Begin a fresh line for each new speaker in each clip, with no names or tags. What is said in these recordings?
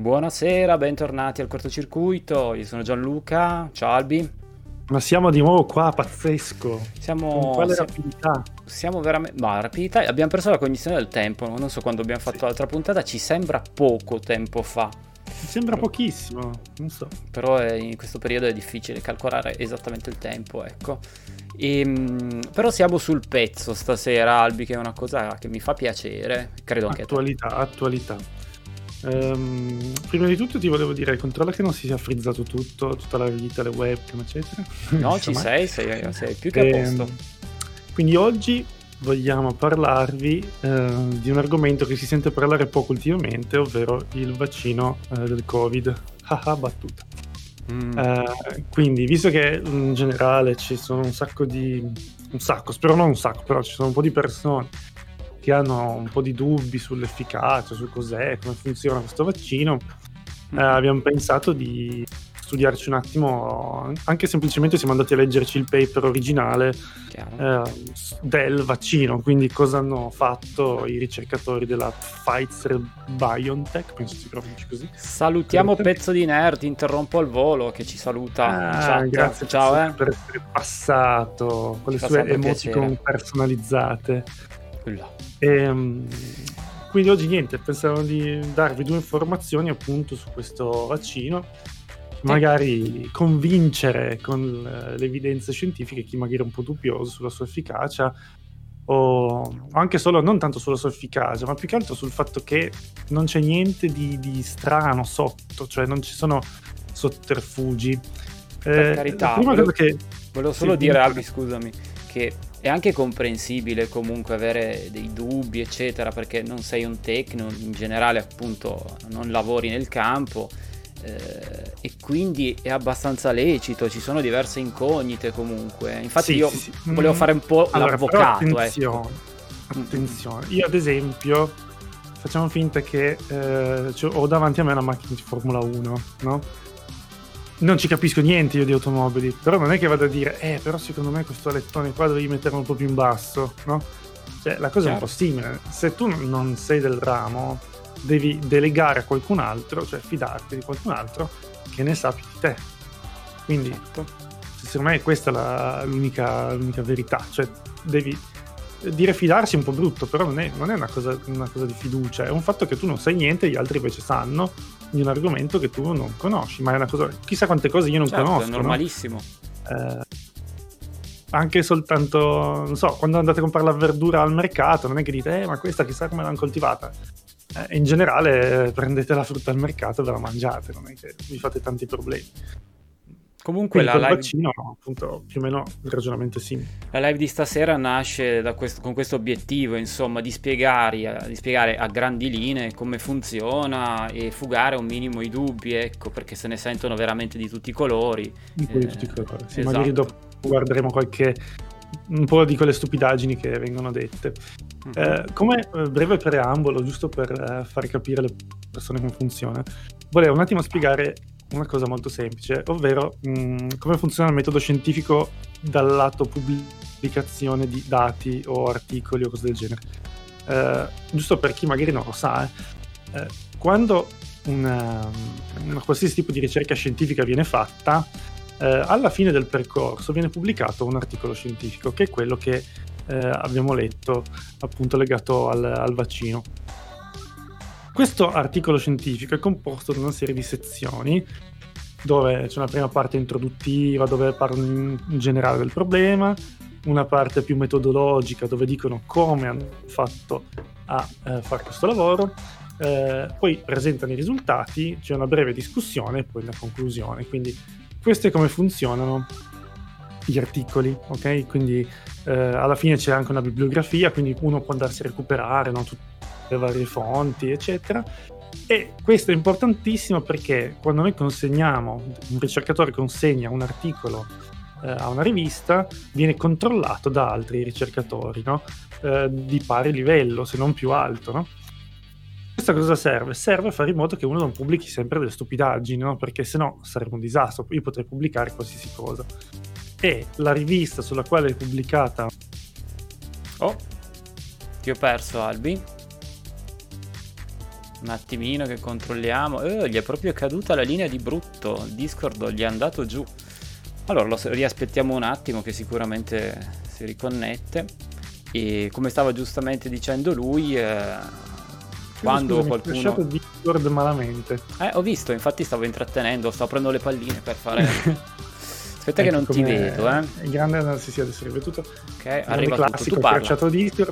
Buonasera, bentornati al cortocircuito. Io sono Gianluca. Ciao Albi.
Ma siamo di nuovo qua, pazzesco. Con
Siamo,
quale
si-
rapidità.
siamo veramente. Ma rapidità, abbiamo perso la cognizione del tempo. Non so quando abbiamo fatto
Sì.
l'altra puntata, ci sembra poco tempo fa.
Mi sembra pochissimo, non so.
Però in questo periodo è difficile calcolare esattamente il tempo, ecco. Però siamo sul pezzo stasera, Albi, che è una cosa che mi fa piacere. Credo anche a te.
Attualità. Prima di tutto ti volevo dire, controlla che non si sia frizzato tutto, tutta la vita, le webcam, eccetera.
No,
Non
ci
so mai.
sei più che a posto.
Quindi oggi vogliamo parlarvi di un argomento che si sente parlare poco ultimamente, ovvero il vaccino del Covid. Haha, battuta. Quindi, visto che in generale ci sono spero non un sacco, però ci sono un po' di persone che hanno un po' di dubbi sull'efficacia, su cos'è, come funziona questo vaccino, abbiamo pensato di studiarci un attimo, anche semplicemente siamo andati a leggerci il paper originale
Chiaro.
del vaccino, quindi cosa hanno fatto i ricercatori della Pfizer BioNTech, penso si pronunci così.
Salutiamo Pezzo di Nerd, interrompo al volo che ci saluta in chat.
Grazie
Ciao,
per essere passato con le
Fa
sue
sempre
emoticon
piacere.
personalizzate.
Là.
Quindi oggi niente, pensavo di darvi due informazioni appunto su questo vaccino, magari convincere con le evidenze scientifiche chi magari è un po' dubbioso sulla sua efficacia, o anche solo non tanto sulla sua efficacia, ma più che altro sul fatto che non c'è niente di strano sotto, cioè non ci sono sotterfugi.
Per carità,
la prima cosa che
volevo
sì,
solo dire,
dimmi.
Albi, scusami, che è anche comprensibile comunque avere dei dubbi, eccetera, perché non sei un tecnico, in generale appunto non lavori nel campo, e quindi è abbastanza lecito, ci sono diverse incognite comunque. Infatti
Sì,
io
sì.
volevo fare un po'
Allora, però
l'avvocato, ecco.
attenzione. Io ad esempio facciamo finta che ho davanti a me una macchina di Formula 1, no? Non ci capisco niente io di automobili, però non è che vado a dire però secondo me questo alettone qua devi metterlo un po' più in basso, no? Cioè la cosa è un po' simile. Se tu non sei del ramo, devi delegare a qualcun altro, cioè fidarti di qualcun altro che ne sa più di te. Quindi secondo me questa è l'unica verità, cioè devi dire fidarsi è un po' brutto, però non è una cosa di fiducia, è un fatto che tu non sai niente e gli altri invece sanno di un argomento che tu non conosci, ma è una cosa, chissà quante cose io non conosco,
è normalissimo.
no? Anche soltanto, non so, quando andate a comprare la verdura al mercato, non è che dite ma questa chissà come l'hanno coltivata. In generale prendete la frutta al mercato e ve la mangiate, non è che vi fate tanti problemi.
Comunque
Quindi
la
col
live,
vaccino, appunto, più o meno il ragionamento è simile.
la live di stasera nasce con questo obiettivo, insomma, di spiegare a grandi linee come funziona e fugare un minimo i dubbi, ecco, perché se ne sentono veramente di tutti i colori.
Un po' di tutti i colori. Sì,
Esatto.
magari dopo guarderemo un po' di quelle stupidaggini che vengono dette. Come breve preambolo, giusto per far capire alle persone come funziona, volevo un attimo spiegare una cosa molto semplice, ovvero come funziona il metodo scientifico dal lato pubblicazione di dati o articoli o cose del genere. Giusto per chi magari non lo sa, quando una qualsiasi tipo di ricerca scientifica viene fatta, alla fine del percorso viene pubblicato un articolo scientifico, che è quello che abbiamo letto, appunto legato al vaccino. Questo articolo scientifico è composto da una serie di sezioni dove c'è una prima parte introduttiva dove parlano in generale del problema, una parte più metodologica dove dicono come hanno fatto a fare questo lavoro, poi presentano i risultati, c'è una breve discussione e poi una conclusione. Quindi questo è come funzionano gli articoli, ok? Quindi alla fine c'è anche una bibliografia, quindi uno può andarsi a recuperare, no? Tutte le varie fonti, eccetera. E questo è importantissimo perché quando noi un ricercatore consegna un articolo a una rivista, viene controllato da altri ricercatori, no? Di pari livello, se non più alto, no? Questa cosa serve? Serve a fare in modo che uno non pubblichi sempre delle stupidaggini, no? Perché sennò sarebbe un disastro. Io potrei pubblicare qualsiasi cosa. E la rivista sulla quale è pubblicata...
Oh, ti ho perso, Albi. Un attimino che controlliamo. Gli è proprio caduta la linea di brutto. Il Discord gli è andato giù. Allora lo riaspettiamo un attimo che sicuramente si riconnette. E come stava giustamente dicendo lui, quando
scusami,
qualcuno...
ho lasciato Discord malamente.
Ho visto, infatti stavo intrattenendo, stavo prendendo le palline per fare... Aspetta che non ti vedo,
Il grande, sì, adesso è ripetuto.
Ok, arriva
classico,
tutto, tu parla.
Ho lasciato Discord.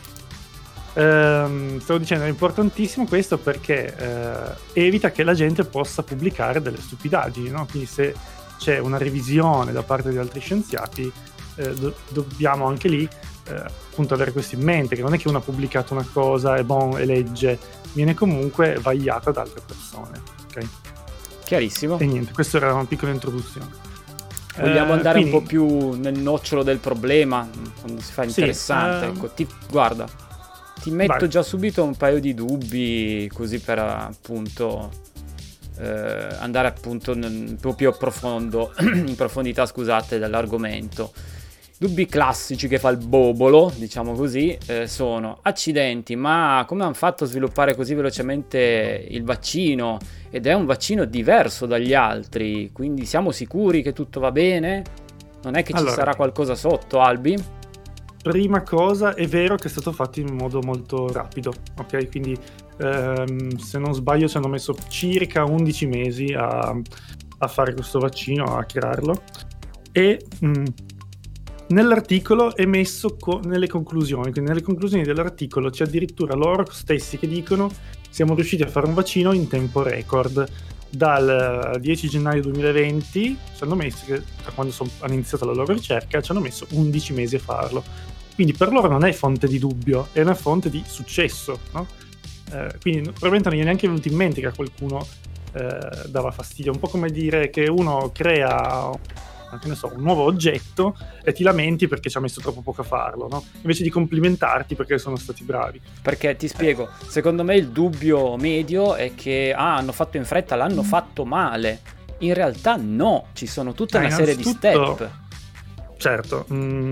Stavo dicendo, è importantissimo questo perché evita che la gente possa pubblicare delle stupidaggini, no? Quindi se c'è una revisione da parte di altri scienziati, dobbiamo anche lì appunto avere questo in mente, che non è che uno ha pubblicato una cosa e legge, viene comunque vagliata da altre persone, ok?
Chiarissimo.
E niente, questa era una piccola introduzione.
Vogliamo andare
quindi...
un po' più nel nocciolo del problema, quando si fa interessante. Ecco, guarda, ti metto già subito un paio di dubbi, così per appunto andare appunto un po' più in profondità, scusate, dell'argomento. Dubbi classici che fa il bobolo, diciamo così, sono: accidenti, ma come hanno fatto a sviluppare così velocemente il vaccino? Ed è un vaccino diverso dagli altri, quindi siamo sicuri che tutto va bene? Non è che ci sarà qualcosa sotto, Albi?
Prima cosa, è vero che è stato fatto in modo molto rapido, ok? Quindi se non sbaglio ci hanno messo circa 11 mesi a fare questo vaccino, a crearlo, e nell'articolo è messo nelle conclusioni. Quindi nelle conclusioni dell'articolo c'è addirittura loro stessi che dicono: siamo riusciti a fare un vaccino in tempo record. Dal 10 gennaio 2020 ci hanno messo, da quando hanno iniziato la loro ricerca, ci hanno messo 11 mesi a farlo. Quindi per loro non è fonte di dubbio, è una fonte di successo, no? Quindi probabilmente non gli è neanche venuto in mente che a qualcuno dava fastidio. Un po' come dire che uno crea, che ne so, un nuovo oggetto e ti lamenti perché ci ha messo troppo poco a farlo, no? Invece di complimentarti perché sono stati bravi.
Perché ti spiego, secondo me il dubbio medio è che hanno fatto in fretta, l'hanno fatto male. In realtà no, ci sono tutta una serie di step.
Certo,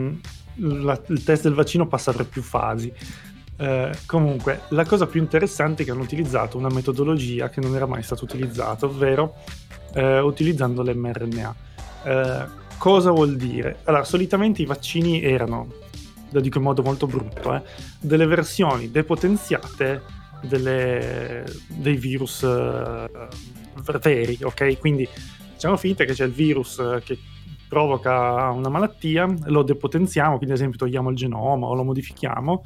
il test del vaccino passa per più fasi. Comunque, la cosa più interessante è che hanno utilizzato una metodologia che non era mai stata utilizzata, ovvero utilizzando l'mRNA. Cosa vuol dire? Allora, solitamente i vaccini erano, lo dico in modo molto brutto, delle versioni depotenziate dei virus veri, ok? Quindi facciamo finta che c'è il virus che provoca una malattia, lo depotenziamo, quindi ad esempio togliamo il genoma o lo modifichiamo,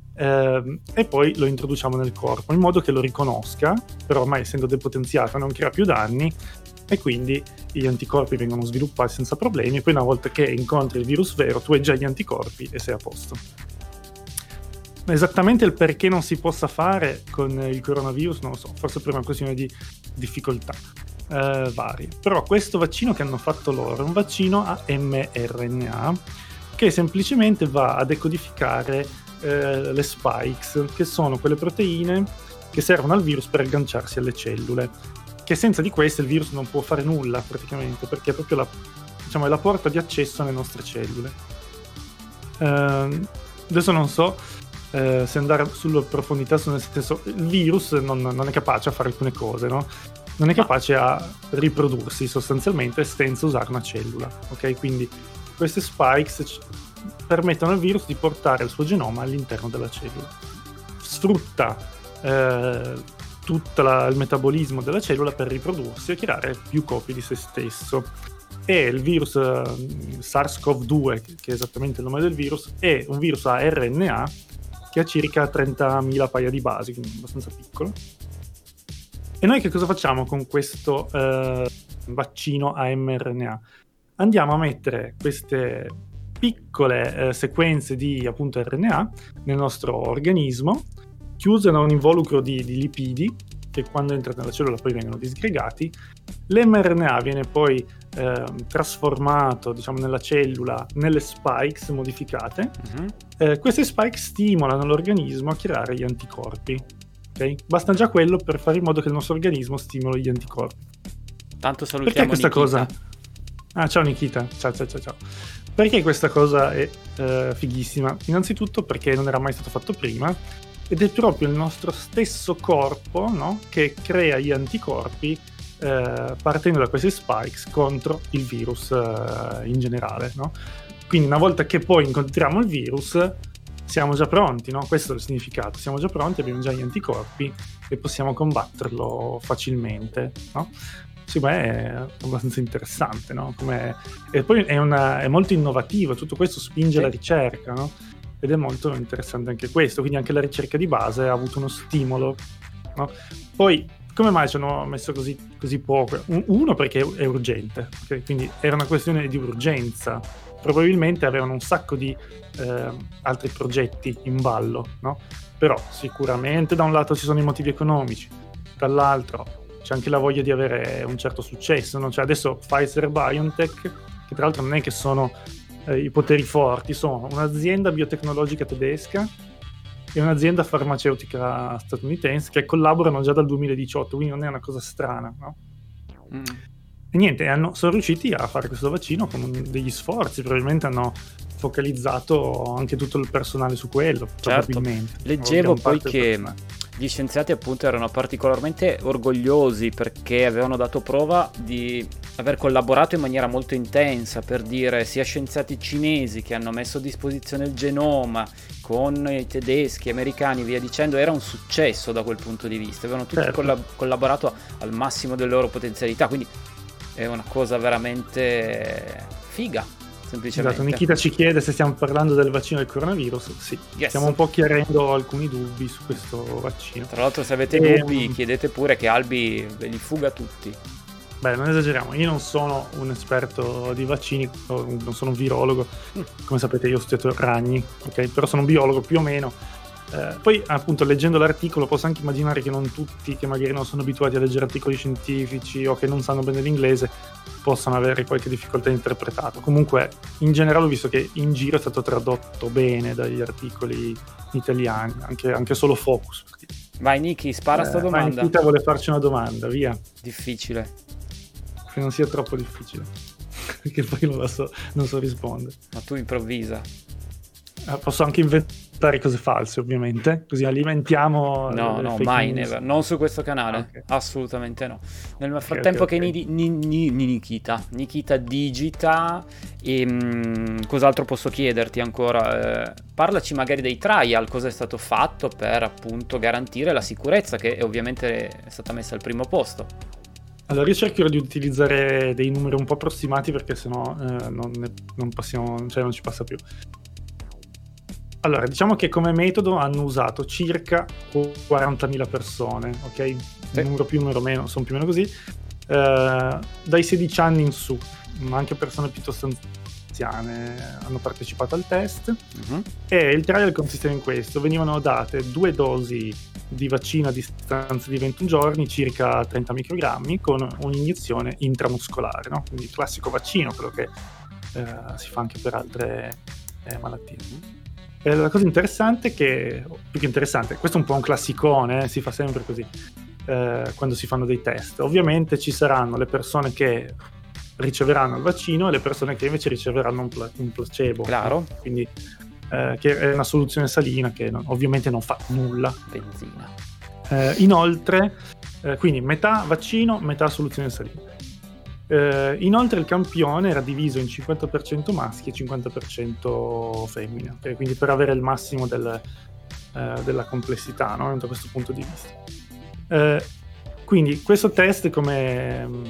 e poi lo introduciamo nel corpo in modo che lo riconosca, però ormai essendo depotenziato non crea più danni, e quindi gli anticorpi vengono sviluppati senza problemi, e poi una volta che incontri il virus vero tu hai già gli anticorpi e sei a posto. Esattamente il perché non si possa fare con il coronavirus non lo so, forse per una questione di difficoltà varie. Però questo vaccino che hanno fatto loro è un vaccino a mRNA che semplicemente va a decodificare le spikes, che sono quelle proteine che servono al virus per agganciarsi alle cellule, che senza di queste il virus non può fare nulla praticamente, perché è proprio la porta di accesso alle nostre cellule. Adesso non so se andare sulla profondità, nel senso, il virus non è capace a fare alcune cose, no? Non è capace a riprodursi sostanzialmente senza usare una cellula, ok? Quindi queste spikes permettono al virus di portare il suo genoma all'interno della cellula. Sfrutta tutto il metabolismo della cellula per riprodursi e creare più copie di se stesso. E il virus SARS-CoV-2, che è esattamente il nome del virus, è un virus a RNA che ha circa 30.000 paia di basi, quindi abbastanza piccolo. E noi che cosa facciamo con questo vaccino a mRNA? Andiamo a mettere queste piccole sequenze di appunto RNA nel nostro organismo, chiuse da un involucro di lipidi che quando entra nella cellula poi vengono disgregati. L'mRNA viene poi trasformato, diciamo, nella cellula nelle spikes modificate. Queste spikes stimolano l'organismo a creare gli anticorpi. Okay? Basta già quello per fare in modo che il nostro organismo stimoli gli anticorpi.
Tanto salutiamo
Perché questa
Nikita.
cosa? Ciao Nikita, ciao. Perché questa cosa è fighissima? Innanzitutto perché non era mai stato fatto prima, ed è proprio il nostro stesso corpo, no, che crea gli anticorpi partendo da questi spikes contro il virus in generale, no? Quindi una volta che poi incontriamo il virus siamo già pronti, no? Questo è il significato, siamo già pronti, abbiamo già gli anticorpi e possiamo combatterlo facilmente, no? Sì, beh, è abbastanza interessante, no? E poi è molto innovativo, tutto questo spinge la ricerca, no? Ed è molto interessante anche questo, quindi anche la ricerca di base ha avuto uno stimolo, no? Poi, come mai ci hanno messo così poco? Uno, perché è urgente, okay? Quindi era una questione di urgenza, probabilmente avevano un sacco di altri progetti in ballo, no? Però sicuramente da un lato ci sono i motivi economici, dall'altro c'è anche la voglia di avere un certo successo, no? Cioè adesso Pfizer e BioNTech, che tra l'altro non è che sono i poteri forti, sono un'azienda biotecnologica tedesca e un'azienda farmaceutica statunitense che collaborano già dal 2018, quindi non è una cosa strana, no? E niente, sono riusciti a fare questo vaccino con degli sforzi, probabilmente hanno focalizzato anche tutto il personale su quello,
certo.
probabilmente.
Leggevo poi che gli scienziati appunto erano particolarmente orgogliosi perché avevano dato prova di aver collaborato in maniera molto intensa, per dire, sia scienziati cinesi che hanno messo a disposizione il genoma con i tedeschi, americani, via dicendo. Era un successo da quel punto di vista, avevano tutti collaborato al massimo delle loro potenzialità, quindi è una cosa veramente figa, semplicemente.
Esatto, Nikita ci chiede se stiamo parlando del vaccino del coronavirus. Sì,
yes.
Stiamo un po' chiarendo alcuni dubbi su questo vaccino.
Tra l'altro, se avete dubbi, chiedete pure che Albi ve li fuga tutti.
Beh, non esageriamo, io non sono un esperto di vaccini, non sono un virologo, come sapete io ho studiato ragni, ok? Però sono un biologo più o meno. Poi appunto leggendo l'articolo posso anche immaginare che non tutti che magari non sono abituati a leggere articoli scientifici o che non sanno bene l'inglese possano avere qualche difficoltà interpretato. Comunque in generale ho visto che in giro è stato tradotto bene dagli articoli italiani, anche solo Focus.
Vai Niki, spara sta domanda.
Nikita vuole farci una domanda, via.
Difficile.
Che non sia troppo difficile, perché poi non so rispondere.
Ma tu improvvisa.
Posso anche inventare cose false, ovviamente, così alimentiamo.
No, mai, never. Non su questo canale, okay. Assolutamente no. Nel frattempo che Nikita digita, cos'altro posso chiederti ancora? Parlaci magari dei trial, cosa è stato fatto per appunto garantire la sicurezza, che ovviamente è stata messa al primo posto.
Allora io cercherò di utilizzare dei numeri un po' approssimati perché sennò non passiamo, cioè non ci passa più. Allora, diciamo che come metodo hanno usato circa 40.000 persone, ok? Sì. Numero più, numero meno, sono più o meno così. Dai 16 anni in su, ma anche persone piuttosto anziane hanno partecipato al test. E il trial consisteva in questo: venivano date 2 dosi di vaccino a distanza di 21 giorni, circa 30 microgrammi, con un'iniezione intramuscolare, no? Quindi il classico vaccino, quello che si fa anche per altre malattie. La cosa interessante è che, più che interessante, questo è un po' un classicone, si fa sempre così quando si fanno dei test. Ovviamente ci saranno le persone che riceveranno il vaccino e le persone che invece riceveranno un placebo.
Claro.
Quindi che è una soluzione salina che ovviamente non fa nulla.
Benzina.
Inoltre, quindi metà vaccino, metà soluzione salina. Inoltre il campione era diviso in 50% maschi e 50% femmine, okay? Quindi per avere il massimo della complessità, no? Da questo punto di vista. Quindi questo test come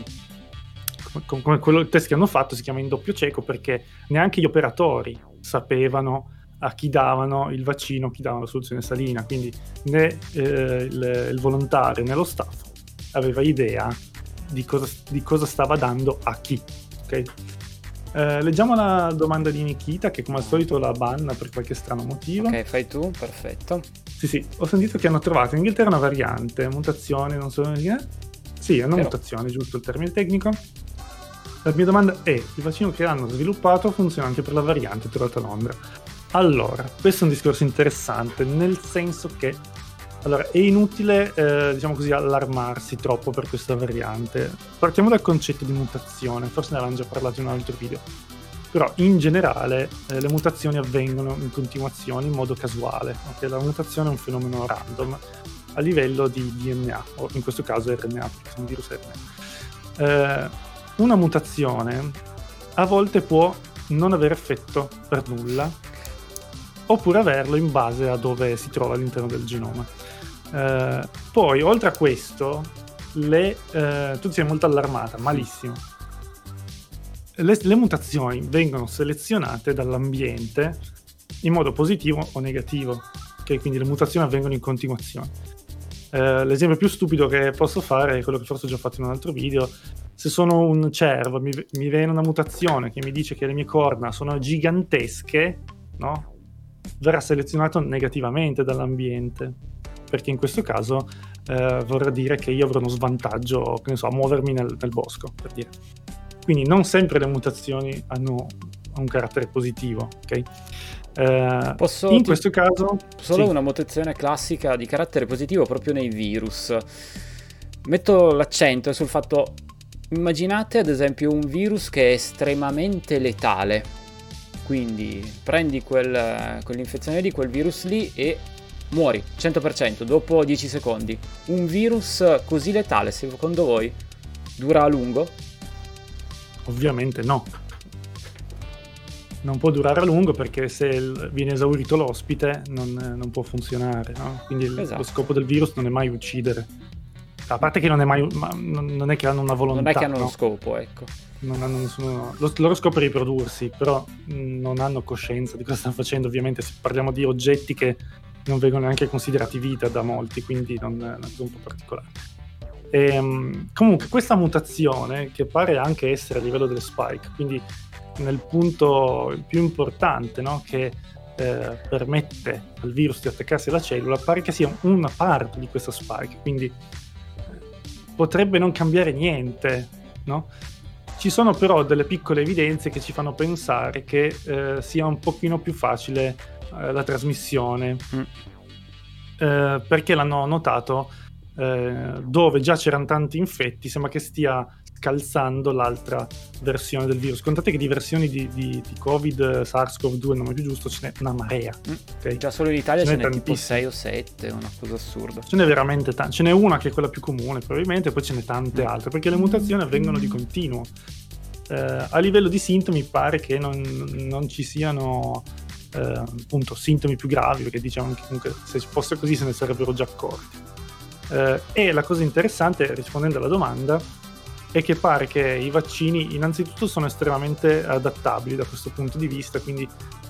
quello test che hanno fatto si chiama in doppio cieco, perché neanche gli operatori sapevano a chi davano il vaccino, chi davano la soluzione salina, quindi né il volontario né lo staff aveva idea di cosa stava dando a chi, ok? Leggiamo la domanda di Nikita, che come al solito la banna per qualche strano motivo.
Ok, fai tu, perfetto.
Sì, ho sentito che hanno trovato in Inghilterra una variante, mutazione, non so sì, è una mutazione, giusto il termine tecnico. La mia domanda è: il vaccino che hanno sviluppato funziona anche per la variante trovata a Londra? Allora, questo è un discorso interessante, nel senso che allora, è inutile, diciamo così, allarmarsi troppo per questa variante. Partiamo dal concetto di mutazione, forse ne avevamo già parlato in un altro video. Però in generale le mutazioni avvengono in continuazione in modo casuale, okay? La mutazione è un fenomeno random a livello di DNA, o in questo caso RNA, perché è un virus RNA. Una mutazione a volte può non avere effetto per nulla, oppure averlo in base a dove si trova all'interno del genoma. Poi, oltre a questo, tu sei molto allarmata, malissimo. Le mutazioni vengono selezionate dall'ambiente in modo positivo o negativo, okay? Quindi le mutazioni avvengono in continuazione. L'esempio più stupido che posso fare è quello che forse ho già fatto in un altro video. Se sono un cervo, mi viene una mutazione che mi dice che le mie corna sono gigantesche, no? Verrà selezionato negativamente dall'ambiente, perché in questo caso vorrà dire che io avrò uno svantaggio, che ne so, a muovermi nel bosco, per dire. Quindi non sempre le mutazioni hanno un carattere positivo, ok? In questo caso
solo una mutazione classica di carattere positivo proprio nei virus. Metto l'accento sul fatto, immaginate ad esempio un virus che è estremamente letale, quindi prendi quell'infezione di quel virus lì e muori 100% dopo 10 secondi. Un virus così letale, secondo voi, dura a lungo? Ovviamente no.
Non può durare a lungo, perché se viene esaurito l'ospite non può funzionare, no? Quindi lo scopo del virus non è mai uccidere. A parte che non è che hanno una volontà.
Non è che hanno uno scopo, ecco.
Non hanno nessuno. Lo loro scopo è riprodursi, però non hanno coscienza di cosa stanno facendo. Ovviamente parliamo di oggetti che non vengono neanche considerati vita da molti, quindi non è un po' particolare. Comunque questa mutazione, che pare anche essere a livello delle spike, quindi nel punto più importante, no? Che permette al virus di attaccarsi alla cellula, pare che sia una parte di questa spike, quindi potrebbe non cambiare niente, no? Ci sono però delle piccole evidenze che ci fanno pensare che sia un pochino più facile la trasmissione, perché l'hanno notato dove già c'erano tanti infetti, sembra che stia calzando l'altra versione del virus. Contate che di versioni di Covid, SARS-CoV-2, il nome più giusto, ce n'è una marea. Okay?
Già solo in Italia ce n'è tipo 6 o 7, una cosa assurda.
Ce n'è veramente tante. Ce n'è una che è quella più comune probabilmente, poi ce n'è tante altre, perché le mutazioni avvengono di continuo. A livello di sintomi pare che non ci siano appunto sintomi più gravi, perché diciamo che comunque se fosse così se ne sarebbero già accorti. E la cosa interessante, rispondendo alla domanda, è che pare che i vaccini innanzitutto sono estremamente adattabili da questo punto di vista, quindi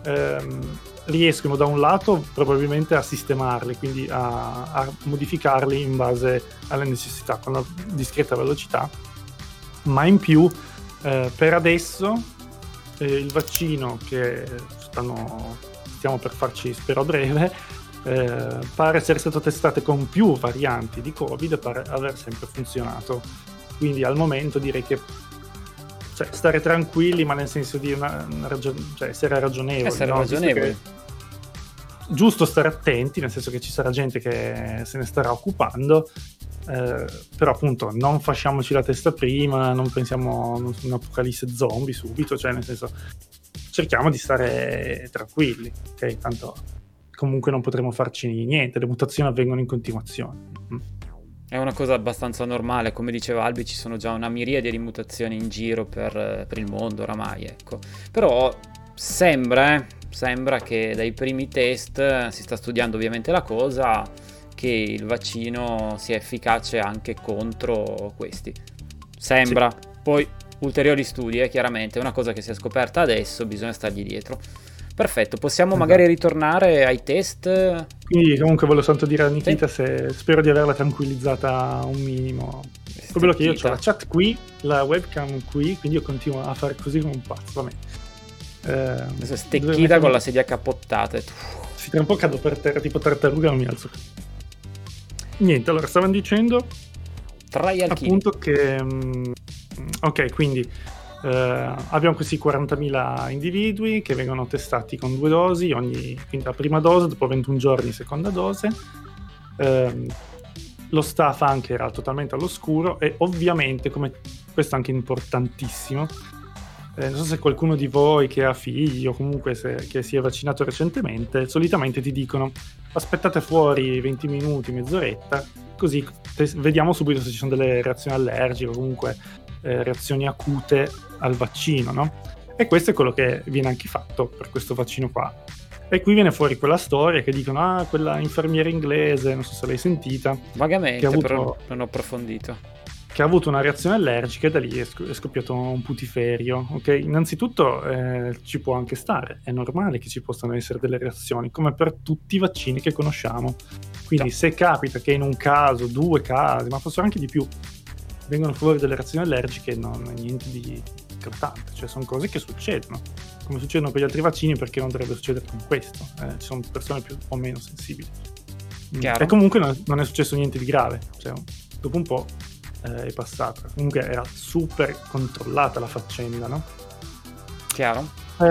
riescono da un lato probabilmente a sistemarli, quindi a modificarli in base alle necessità con la discreta velocità, ma in più per adesso il vaccino che stiamo per farci, spero a breve, pare essere stato testato con più varianti di Covid e pare aver sempre funzionato. Quindi al momento direi che stare tranquilli, ma nel senso di essere ragionevoli.
Essere ragionevoli.
Giusto stare attenti, nel senso che ci sarà gente che se ne starà occupando, però appunto non facciamoci la testa prima, non pensiamo a un'apocalisse zombie subito, cioè nel senso cerchiamo di stare tranquilli, ok? Tanto comunque non potremo farci niente, le mutazioni avvengono in continuazione.
È una cosa abbastanza normale, come diceva Albi, ci sono già una miriade di mutazioni in giro per il mondo oramai, ecco. Però sembra che dai primi test si sta studiando ovviamente la cosa, che il vaccino sia efficace anche contro questi. Sembra, sì. Poi ulteriori studi, chiaramente, è una cosa che si è scoperta adesso, bisogna stargli dietro. Perfetto, possiamo magari ritornare ai test.
Quindi comunque volevo soltanto dire a Nikita se spero di averla tranquillizzata un minimo. Quello che io ho la chat qui, la webcam qui, quindi io continuo a fare così come un pazzo, vabbè.
Adesso stecchita con la sedia cappottata.
Sì, tra un po' cado per terra tipo tartaruga, non mi alzo. Niente, allora stavano dicendo appunto che ok, quindi abbiamo questi 40.000 individui che vengono testati con 2 dosi, quindi la prima dose, dopo 21 giorni seconda dose. Lo staff anche era totalmente all'oscuro e ovviamente, come questo è anche importantissimo, non so se qualcuno di voi che ha figli o comunque che si è vaccinato recentemente, solitamente ti dicono aspettate fuori 20 minuti, mezz'oretta, così vediamo subito se ci sono delle reazioni allergiche o comunque reazioni acute al vaccino, no? E questo è quello che viene anche fatto per questo vaccino qua. E qui viene fuori quella storia che dicono quella infermiera inglese, non so se l'hai sentita,
vagamente, però non ho approfondito,
che ha avuto una reazione allergica e da lì è scoppiato un putiferio. Ok, innanzitutto ci può anche stare, è normale che ci possano essere delle reazioni, come per tutti i vaccini che conosciamo. Quindi se capita che in un caso, 2 casi, ma fossero anche di più, vengono fuori delle reazioni allergiche, non è niente di eclatante, cioè sono cose che succedono, come succedono per gli altri vaccini, perché non dovrebbe succedere con questo. Ci sono persone più o meno sensibili. E comunque non è successo niente di grave, cioè, dopo un po' è passata. Comunque era super controllata la faccenda, no?
Chiaro.
Poi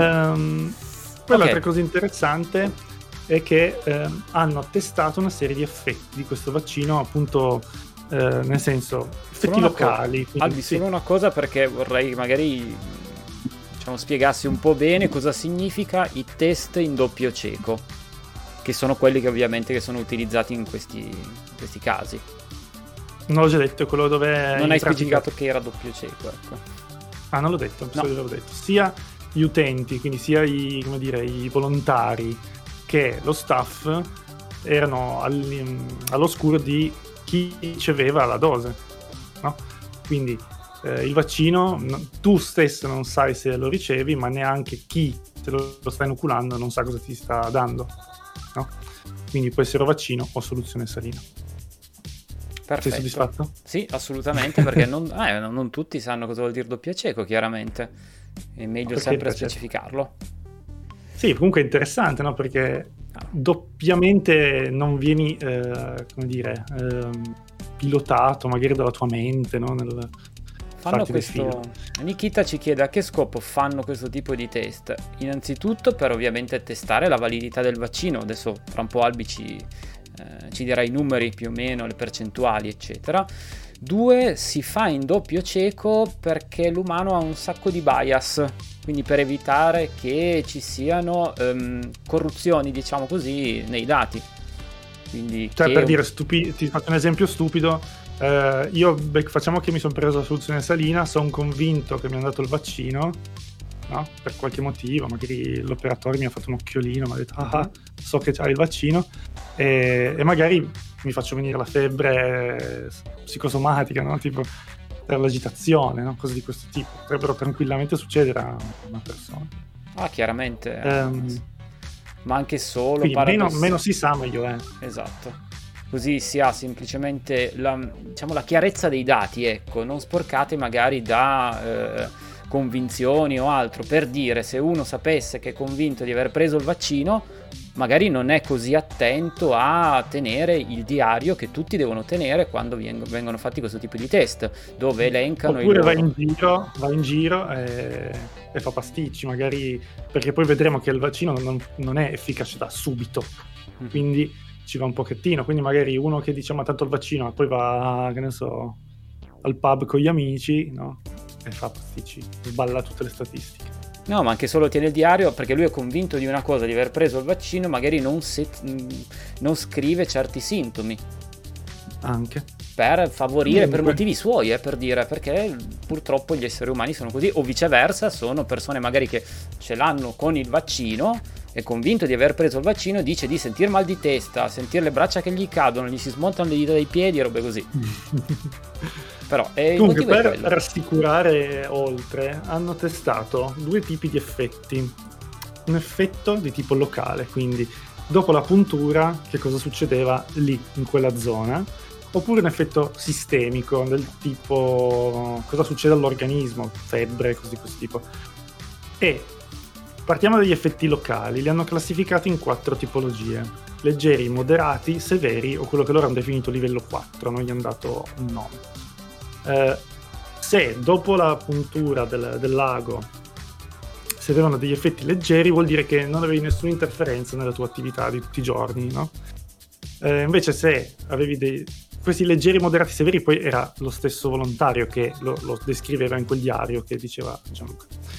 l'altra cosa interessante è che hanno testato una serie di effetti di questo vaccino, appunto, nel senso, effetti locali.
Albi, solo una cosa, perché vorrei magari spiegassi un po' bene cosa significa i test in doppio cieco, che sono quelli che ovviamente che sono utilizzati in questi casi.
Non l'ho già detto, quello dove...
Non hai specificato che era doppio cieco, ecco.
Non l'ho detto, l'avevo detto. Sia gli utenti, quindi sia i volontari che lo staff erano all'oscuro di chi riceveva la dose, no? Quindi il vaccino, tu stesso non sai se lo ricevi, ma neanche chi te lo sta inoculando non sa cosa ti sta dando, no? Quindi può essere vaccino o soluzione salina.
Perfetto.
Sei soddisfatto?
Sì, assolutamente, perché non tutti sanno cosa vuol dire doppio cieco, chiaramente. È meglio sempre specificarlo.
Sì, comunque è interessante, no? Perché doppiamente non vieni, pilotato magari dalla tua mente, no?
Fanno questo. Nikita ci chiede a che scopo fanno questo tipo di test. Innanzitutto per ovviamente testare la validità del vaccino. Adesso tra un po' Albi ci dirà i numeri più o meno, le percentuali eccetera. 2, si fa in doppio cieco perché l'umano ha un sacco di bias, quindi per evitare che ci siano corruzioni, diciamo così, nei dati. Quindi
per dire, ti faccio un esempio stupido. Io facciamo che mi sono preso la soluzione salina, sono convinto che mi hanno dato il vaccino, no? Per qualche motivo, magari l'operatore mi ha fatto un occhiolino, mi ha detto so che c'hai il vaccino, e magari mi faccio venire la febbre psicosomatica, no? Tipo per l'agitazione, no? Cose di questo tipo potrebbero tranquillamente succedere a una persona.
Chiaramente ma anche solo
meno si sa meglio è.
Esatto, così si ha semplicemente la chiarezza dei dati, ecco, non sporcate magari da convinzioni o altro. Per dire, se uno sapesse che è convinto di aver preso il vaccino, magari non è così attento a tenere il diario che tutti devono tenere quando vengono fatti questo tipo di test, dove elencano
oppure va in giro e fa pasticci, magari, perché poi vedremo che il vaccino non è efficace da subito, quindi ci va un pochettino. Quindi magari uno che dice ma tanto il vaccino, e poi va, che ne so, al pub con gli amici, no? E fa pasticci, sballa tutte le statistiche.
No, ma anche solo tiene il diario perché lui è convinto di una cosa, di aver preso il vaccino, magari non scrive certi sintomi.
Anche.
Per favorire, per motivi suoi, per dire, perché purtroppo gli esseri umani sono così, o viceversa, sono persone magari che ce l'hanno con il vaccino, è convinto di aver preso il vaccino, dice di sentir mal di testa, sentire le braccia che gli cadono, gli si smontano le dita dai piedi e robe così. Però
comunque, per rassicurare oltre, hanno testato 2 tipi di effetti. Un effetto di tipo locale, quindi dopo la puntura che cosa succedeva lì in quella zona, oppure un effetto sistemico del tipo cosa succede all'organismo, febbre, così di questo tipo. E partiamo dagli effetti locali, li hanno classificati in 4 tipologie: leggeri, moderati, severi o quello che loro hanno definito livello 4, non gli hanno dato un nome. Se dopo la puntura del se avevano degli effetti leggeri, vuol dire che non avevi nessuna interferenza nella tua attività di tutti i giorni, no? Invece se avevi questi leggeri, moderati, severi, poi era lo stesso volontario che lo descriveva in quel diario che diceva Gianluca.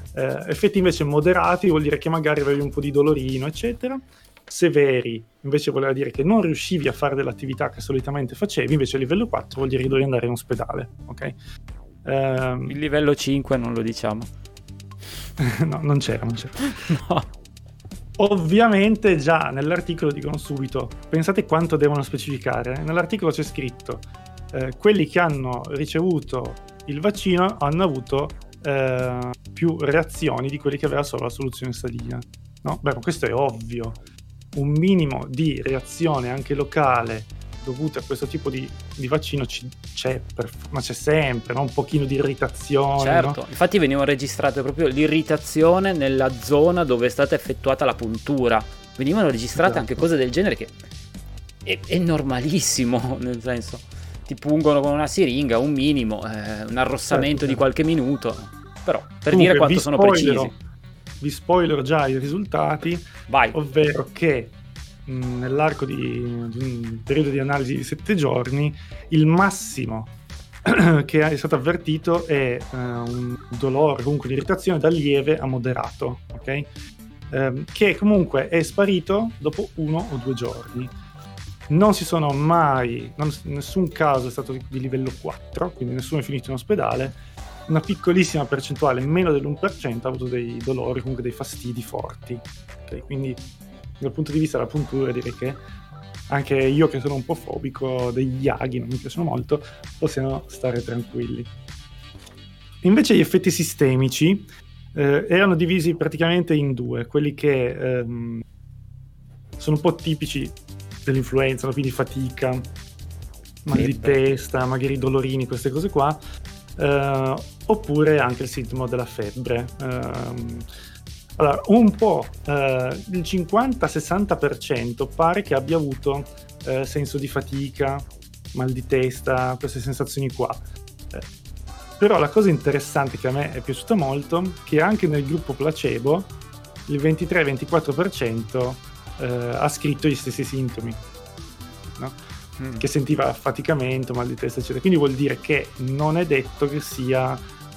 Effetti invece moderati vuol dire che magari avevi un po' di dolorino, eccetera. Severi invece voleva dire che non riuscivi a fare dell'attività che solitamente facevi, invece a livello 4 vuol dire che dovevi andare in ospedale, ok?
Il livello 5 non lo diciamo.
No, non c'era.
No.
Ovviamente già nell'articolo dicono subito, pensate quanto devono specificare. Nell'articolo c'è scritto, quelli che hanno ricevuto il vaccino hanno avuto più reazioni di quelli che aveva solo la soluzione salina. No? Beh, questo è ovvio. Un minimo di reazione anche locale dovuta a questo tipo di vaccino c'è, ma c'è sempre, no? Un pochino di irritazione.
Certo,
no?
infatti venivano registrate proprio l'irritazione nella zona dove è stata effettuata la puntura. Venivano registrate anche cose del genere che è normalissimo, nel senso, ti pungono con una siringa, un minimo, un arrossamento di qualche minuto, però per dire quanto sono precisi.
Vi spoilerò già i risultati.
Vai.
Ovvero che nell'arco di un periodo di analisi di 7 giorni il massimo che è stato avvertito è un dolore, comunque un'irritazione da lieve a moderato, ok? Che comunque è sparito dopo 1 o 2 giorni. Non si sono mai, nessun caso è stato di livello 4, quindi nessuno è finito in ospedale. Una piccolissima percentuale, meno dell'1%, ha avuto dei dolori, comunque dei fastidi forti. Okay? Quindi dal punto di vista della puntura direi che anche io, che sono un po' fobico degli aghi, non mi piacciono molto, possiamo stare tranquilli. Invece gli effetti sistemici erano divisi praticamente in 2, quelli che sono un po' tipici dell'influenza, quindi fatica, mal di testa, magari dolorini, queste cose qua, oppure anche il sintomo della febbre. Allora, un po' il 50-60% pare che abbia avuto senso di fatica, mal di testa, queste sensazioni qua. Però la cosa interessante che a me è piaciuta molto, che anche nel gruppo placebo il 23-24% ha scritto gli stessi sintomi, no? Che sentiva affaticamento, mal di testa, eccetera. Quindi vuol dire che non è detto che sia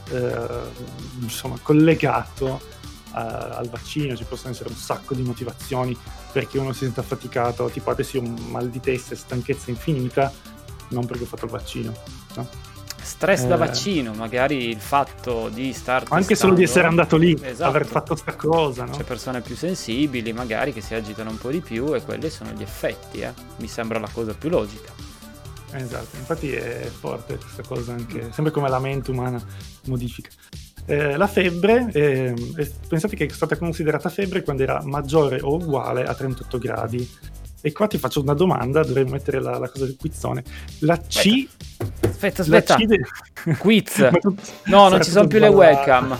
insomma collegato al vaccino. Ci possono essere un sacco di motivazioni perché uno si sente affaticato, tipo adesso io ho un mal di testa e stanchezza infinita, non perché ho fatto il vaccino, no?
Stress da vaccino, magari il fatto di star
anche solo di essere andato lì,
esatto,
aver fatto sta cosa, no?
C'è persone più sensibili magari che si agitano un po' di più e quelli sono gli effetti, mi sembra la cosa più logica.
Esatto, infatti è forte questa cosa, anche sempre come la mente umana modifica. La febbre, pensate che è stata considerata febbre quando era maggiore o uguale a 38 gradi. E qua ti faccio una domanda, dovrei mettere la cosa del quizzone. La C...
Aspetta.
La C
Quiz. No, non ci sono più le webcam.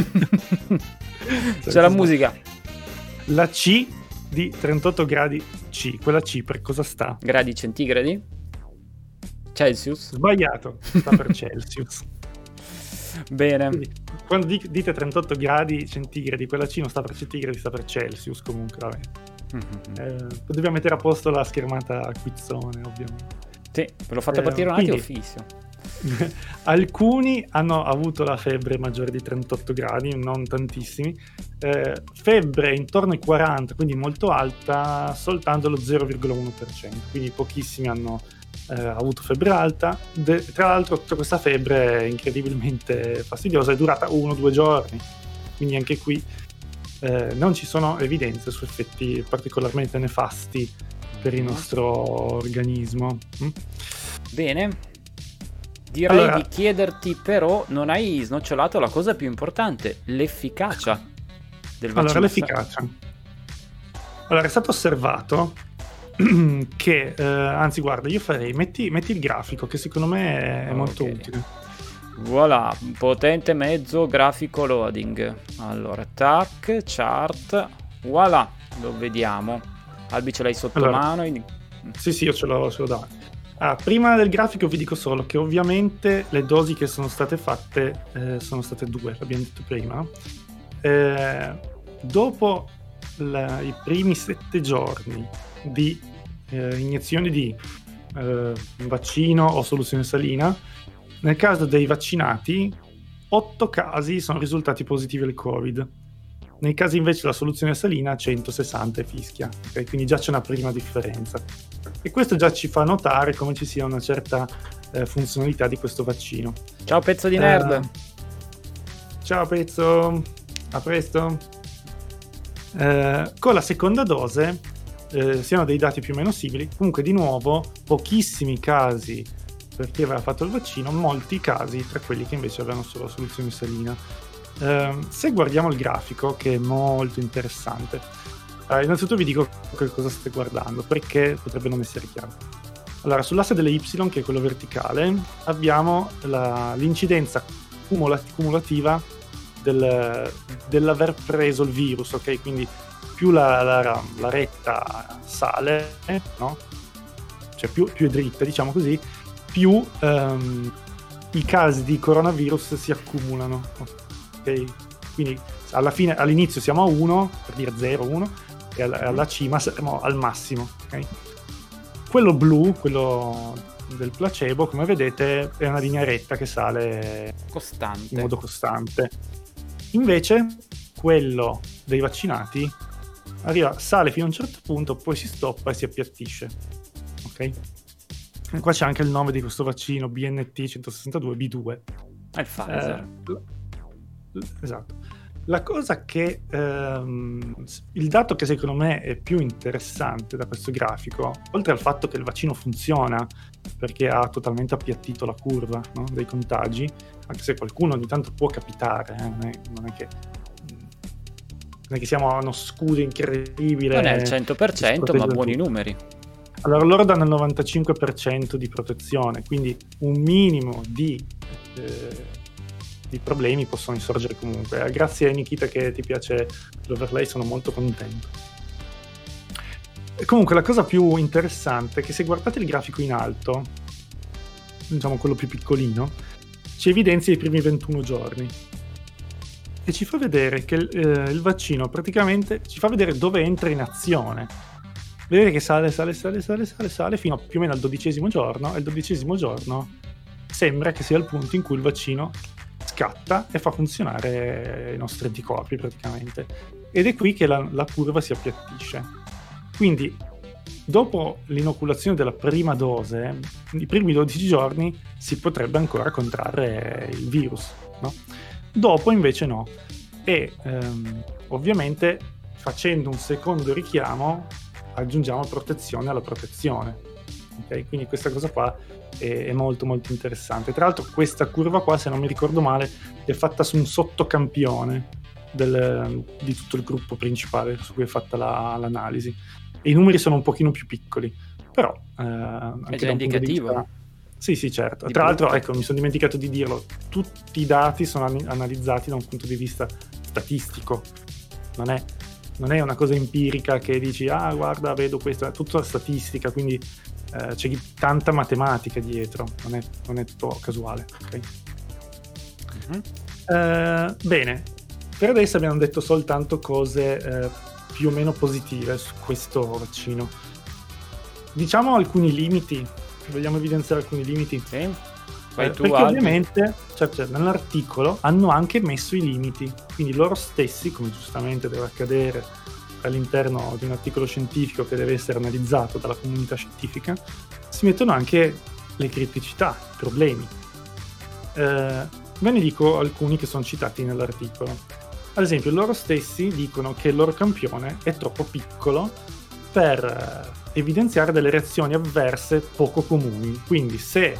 C'è la musica.
La C di 38 gradi C, quella C per cosa sta?
Gradi centigradi? Celsius?
Sbagliato, sta per Celsius.
Bene.
Quindi, quando dite 38 gradi centigradi, quella C non sta per centigradi, sta per Celsius comunque, vabbè. Dobbiamo mettere a posto la schermata quizzone, ovviamente.
Sì, ve lo fate partire un attimo fisso.
Alcuni hanno avuto la febbre maggiore di 38 gradi, non tantissimi. Febbre intorno ai 40, quindi molto alta, soltanto lo 0,1%, quindi pochissimi hanno avuto febbre alta. Tra l'altro tutta questa febbre è incredibilmente fastidiosa, è durata 1-2 giorni, quindi anche qui non ci sono evidenze su effetti particolarmente nefasti per il nostro organismo. Bene,
direi di chiederti, però non hai snocciolato la cosa più importante, l'efficacia del vaccino.
Allora, l'efficacia. Allora, è stato osservato che, anzi guarda, io farei, metti il grafico, che secondo me è molto utile.
Voilà, potente mezzo grafico loading. Allora, tac, chart, voilà, lo vediamo. Albi, ce l'hai sotto mano?
Sì, io ce l'ho davanti. Prima del grafico vi dico solo che ovviamente le dosi che sono state fatte sono state 2, l'abbiamo detto prima, no? Dopo i primi 7 giorni di iniezioni di vaccino o soluzione salina, nel caso dei vaccinati 8 casi sono risultati positivi al Covid. Nei casi invece della soluzione salina 160 e fischia, okay? Quindi già c'è una prima differenza. E questo già ci fa notare come ci sia una certa funzionalità di questo vaccino.
Ciao pezzo di nerd!
Ciao pezzo, a presto! Con la seconda dose siano dei dati più o meno simili, comunque di nuovo pochissimi casi per chi aveva fatto il vaccino, molti casi tra quelli che invece avevano solo soluzione salina. Se guardiamo il grafico, che è molto interessante, innanzitutto vi dico che cosa state guardando, perché potrebbe non essere chiaro. Allora, sull'asse delle Y, che è quello verticale, abbiamo l'incidenza cumulativa dell'aver preso il virus, ok? Quindi più la retta sale, no? Cioè più è dritta, diciamo così, più i casi di coronavirus si accumulano, ok? Quindi alla fine, all'inizio siamo a 1, per dire 0, 1, e alla cima siamo al massimo, ok? Quello blu, quello del placebo, come vedete, è una linea retta che sale in modo costante. Invece quello dei vaccinati sale fino a un certo punto, poi si stoppa e si appiattisce, ok? E qua c'è anche il nome di questo vaccino, BNT 162B2.
È il Pfizer.
Esatto. La cosa che il dato che secondo me è più interessante da questo grafico, oltre al fatto che il vaccino funziona perché ha totalmente appiattito la curva, no, dei contagi, anche se qualcuno ogni tanto può capitare, non è che siamo uno scudo incredibile.
Non è il 100%, ma buoni numeri.
Allora loro danno il 95% di protezione, quindi un minimo di problemi possono insorgere comunque. Grazie a Nikita che ti piace l'overlay, sono molto contento. E comunque la cosa più interessante è che se guardate il grafico in alto, diciamo quello più piccolino, ci evidenzia i primi 21 giorni e ci fa vedere che il vaccino praticamente ci fa vedere dove entra in azione. Vedete che sale fino a più o meno al 12° giorno, e il 12° giorno sembra che sia il punto in cui il vaccino scatta e fa funzionare i nostri anticorpi praticamente, ed è qui che la curva si appiattisce. Quindi dopo l'inoculazione della prima dose, i primi 12 giorni si potrebbe ancora contrarre il virus, no? Dopo invece no, e ovviamente facendo un secondo richiamo aggiungiamo protezione alla protezione, ok? Quindi questa cosa qua è molto molto interessante. Tra l'altro questa curva qua, se non mi ricordo male, è fatta su un sottocampione di tutto il gruppo principale su cui è fatta l'analisi, e i numeri sono un pochino più piccoli, però anche
è già indicativo.
Sì, certo. Tra l'altro, ecco, mi sono dimenticato di dirlo, tutti i dati sono analizzati da un punto di vista statistico, non è una cosa empirica che dici guarda, vedo questo, è tutta statistica, quindi c'è tanta matematica dietro, non è tutto casuale, ok? Bene, per adesso abbiamo detto soltanto cose più o meno positive su questo vaccino. Diciamo alcuni limiti, vogliamo evidenziare alcuni limiti?
Sì.
Perché ovviamente nell'articolo hanno anche messo i limiti, quindi loro stessi, come giustamente deve accadere all'interno di un articolo scientifico che deve essere analizzato dalla comunità scientifica, si mettono anche le criticità, i problemi. Ve ne dico alcuni che sono citati nell'articolo. Ad esempio, loro stessi dicono che il loro campione è troppo piccolo per evidenziare delle reazioni avverse poco comuni. Quindi se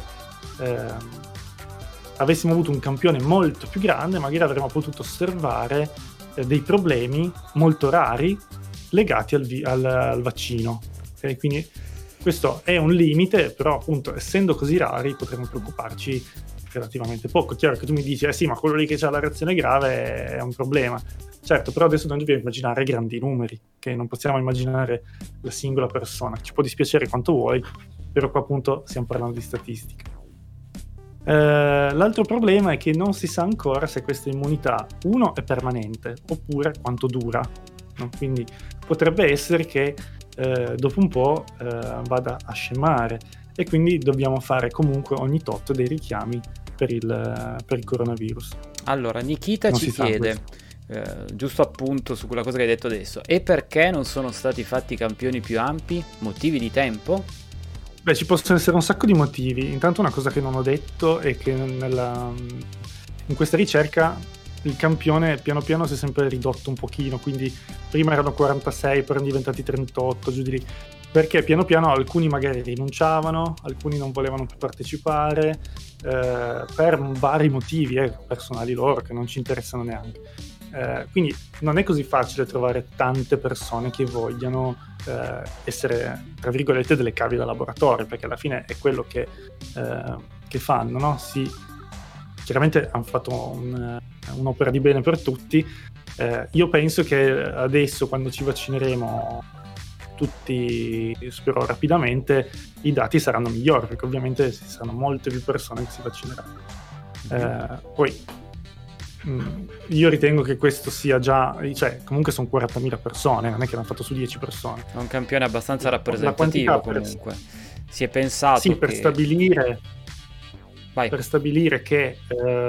avessimo avuto un campione molto più grande, magari avremmo potuto osservare dei problemi molto rari legati al vaccino. Okay? Quindi questo è un limite, però appunto essendo così rari potremmo preoccuparci relativamente poco. È chiaro che tu mi dici sì, ma quello lì che ha la reazione grave è un problema. Certo, però adesso noi dobbiamo immaginare grandi numeri, che non possiamo immaginare la singola persona. Ci può dispiacere quanto vuoi, però qua appunto stiamo parlando di statistica. L'altro problema è che non si sa ancora se questa immunità, uno, è permanente, oppure quanto dura, no? Quindi potrebbe essere che dopo un po' vada a scemare, e quindi dobbiamo fare comunque ogni tot dei richiami per il coronavirus.
Allora, Nikita ci chiede, giusto appunto su quella cosa che hai detto adesso, e perché non sono stati fatti campioni più ampi? Motivi di tempo?
Beh, ci possono essere un sacco di motivi. Intanto una cosa che non ho detto è che in questa ricerca il campione piano piano si è sempre ridotto un pochino, quindi prima erano 46, poi erano diventati 38, giù di lì, perché piano piano alcuni magari rinunciavano, alcuni non volevano più partecipare, per vari motivi personali loro che non ci interessano neanche. Quindi non è così facile trovare tante persone che vogliano essere, tra virgolette, delle cavie da laboratorio, perché alla fine è quello che fanno, no? Chiaramente hanno fatto un'opera di bene per tutti. Io penso che adesso, quando ci vaccineremo tutti, spero rapidamente, i dati saranno migliori, perché ovviamente ci saranno molte più persone che si vaccineranno. Poi io ritengo che questo sia già, cioè comunque sono 40.000 persone, non è che l'hanno fatto su 10 persone.
È un campione abbastanza rappresentativo comunque. Si è pensato
sì, per stabilire che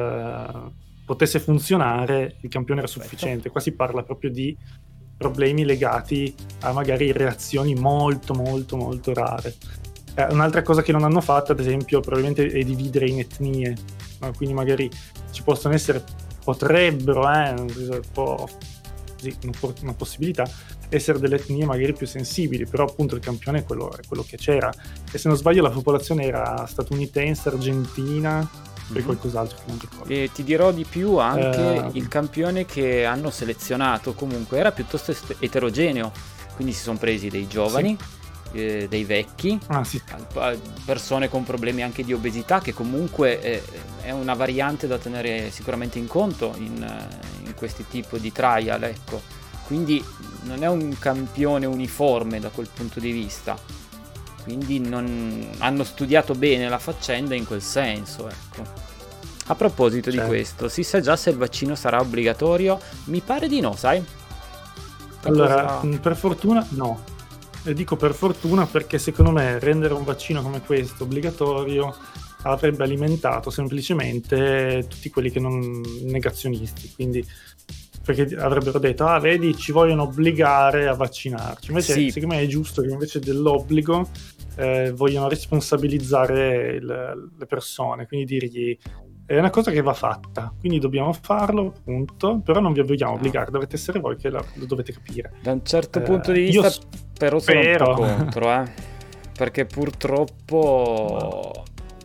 potesse funzionare, il campione era sufficiente. Qua si parla proprio di problemi legati a magari reazioni molto molto molto rare. Un'altra cosa che non hanno fatto, ad esempio, probabilmente è dividere in etnie, no? Quindi magari ci possono essere, potrebbero, un po' così, una possibilità, essere delle etnie magari più sensibili, però appunto il campione è quello che c'era, e se non sbaglio la popolazione era statunitense, argentina, poi qualcos'altro che non ricordo.
E ti dirò di più, anche il campione che hanno selezionato comunque era piuttosto eterogeneo, quindi si sono presi dei giovani, dei vecchi, persone con problemi anche di obesità, che comunque è una variante da tenere sicuramente in conto in questi tipi di trial, ecco. Quindi non è un campione uniforme da quel punto di vista, quindi hanno studiato bene la faccenda in quel senso, ecco. A proposito di questo, si sa già se il vaccino sarà obbligatorio? Mi pare di no, sai?
Allora, per fortuna no. E dico per fortuna perché secondo me rendere un vaccino come questo obbligatorio avrebbe alimentato semplicemente tutti quelli che non negazionisti, quindi perché avrebbero detto vedi, ci vogliono obbligare a vaccinarci, invece secondo me è giusto che invece dell'obbligo vogliono responsabilizzare le persone, quindi dirgli è una cosa che va fatta, quindi dobbiamo farlo, punto, però non vi vogliamo obbligare, dovete essere voi che lo dovete capire.
Da un certo punto di vista però sono un po' contro, perché purtroppo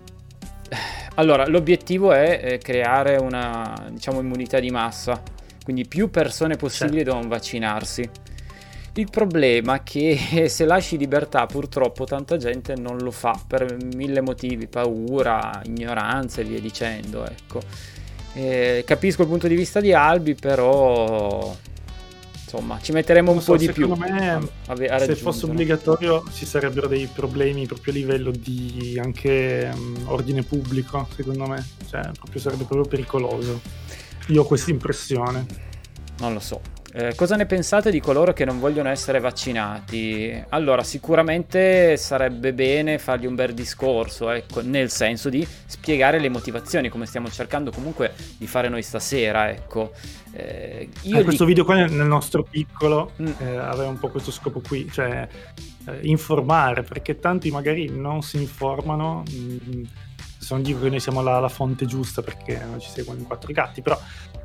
allora l'obiettivo è creare una, diciamo, immunità di massa, quindi più persone possibili devono vaccinarsi. Il problema è che se lasci libertà, purtroppo tanta gente non lo fa per 1000 motivi, paura, ignoranza e via dicendo, ecco. Capisco il punto di vista di Albi, però insomma ci metteremo un po' di più.
Secondo me se fosse obbligatorio ci sarebbero dei problemi proprio a livello di anche ordine pubblico, secondo me, cioè sarebbe proprio pericoloso. Io ho questa impressione.
Non lo so. Cosa ne pensate di coloro che non vogliono essere vaccinati? Allora, sicuramente sarebbe bene fargli un bel discorso, ecco, nel senso di spiegare le motivazioni, come stiamo cercando comunque di fare noi stasera, ecco.
Questo video qua nel nostro piccolo aveva un po' questo scopo qui, cioè informare, perché tanti magari non si informano. Non dico che noi siamo la fonte giusta perché non ci seguono in 4 gatti, però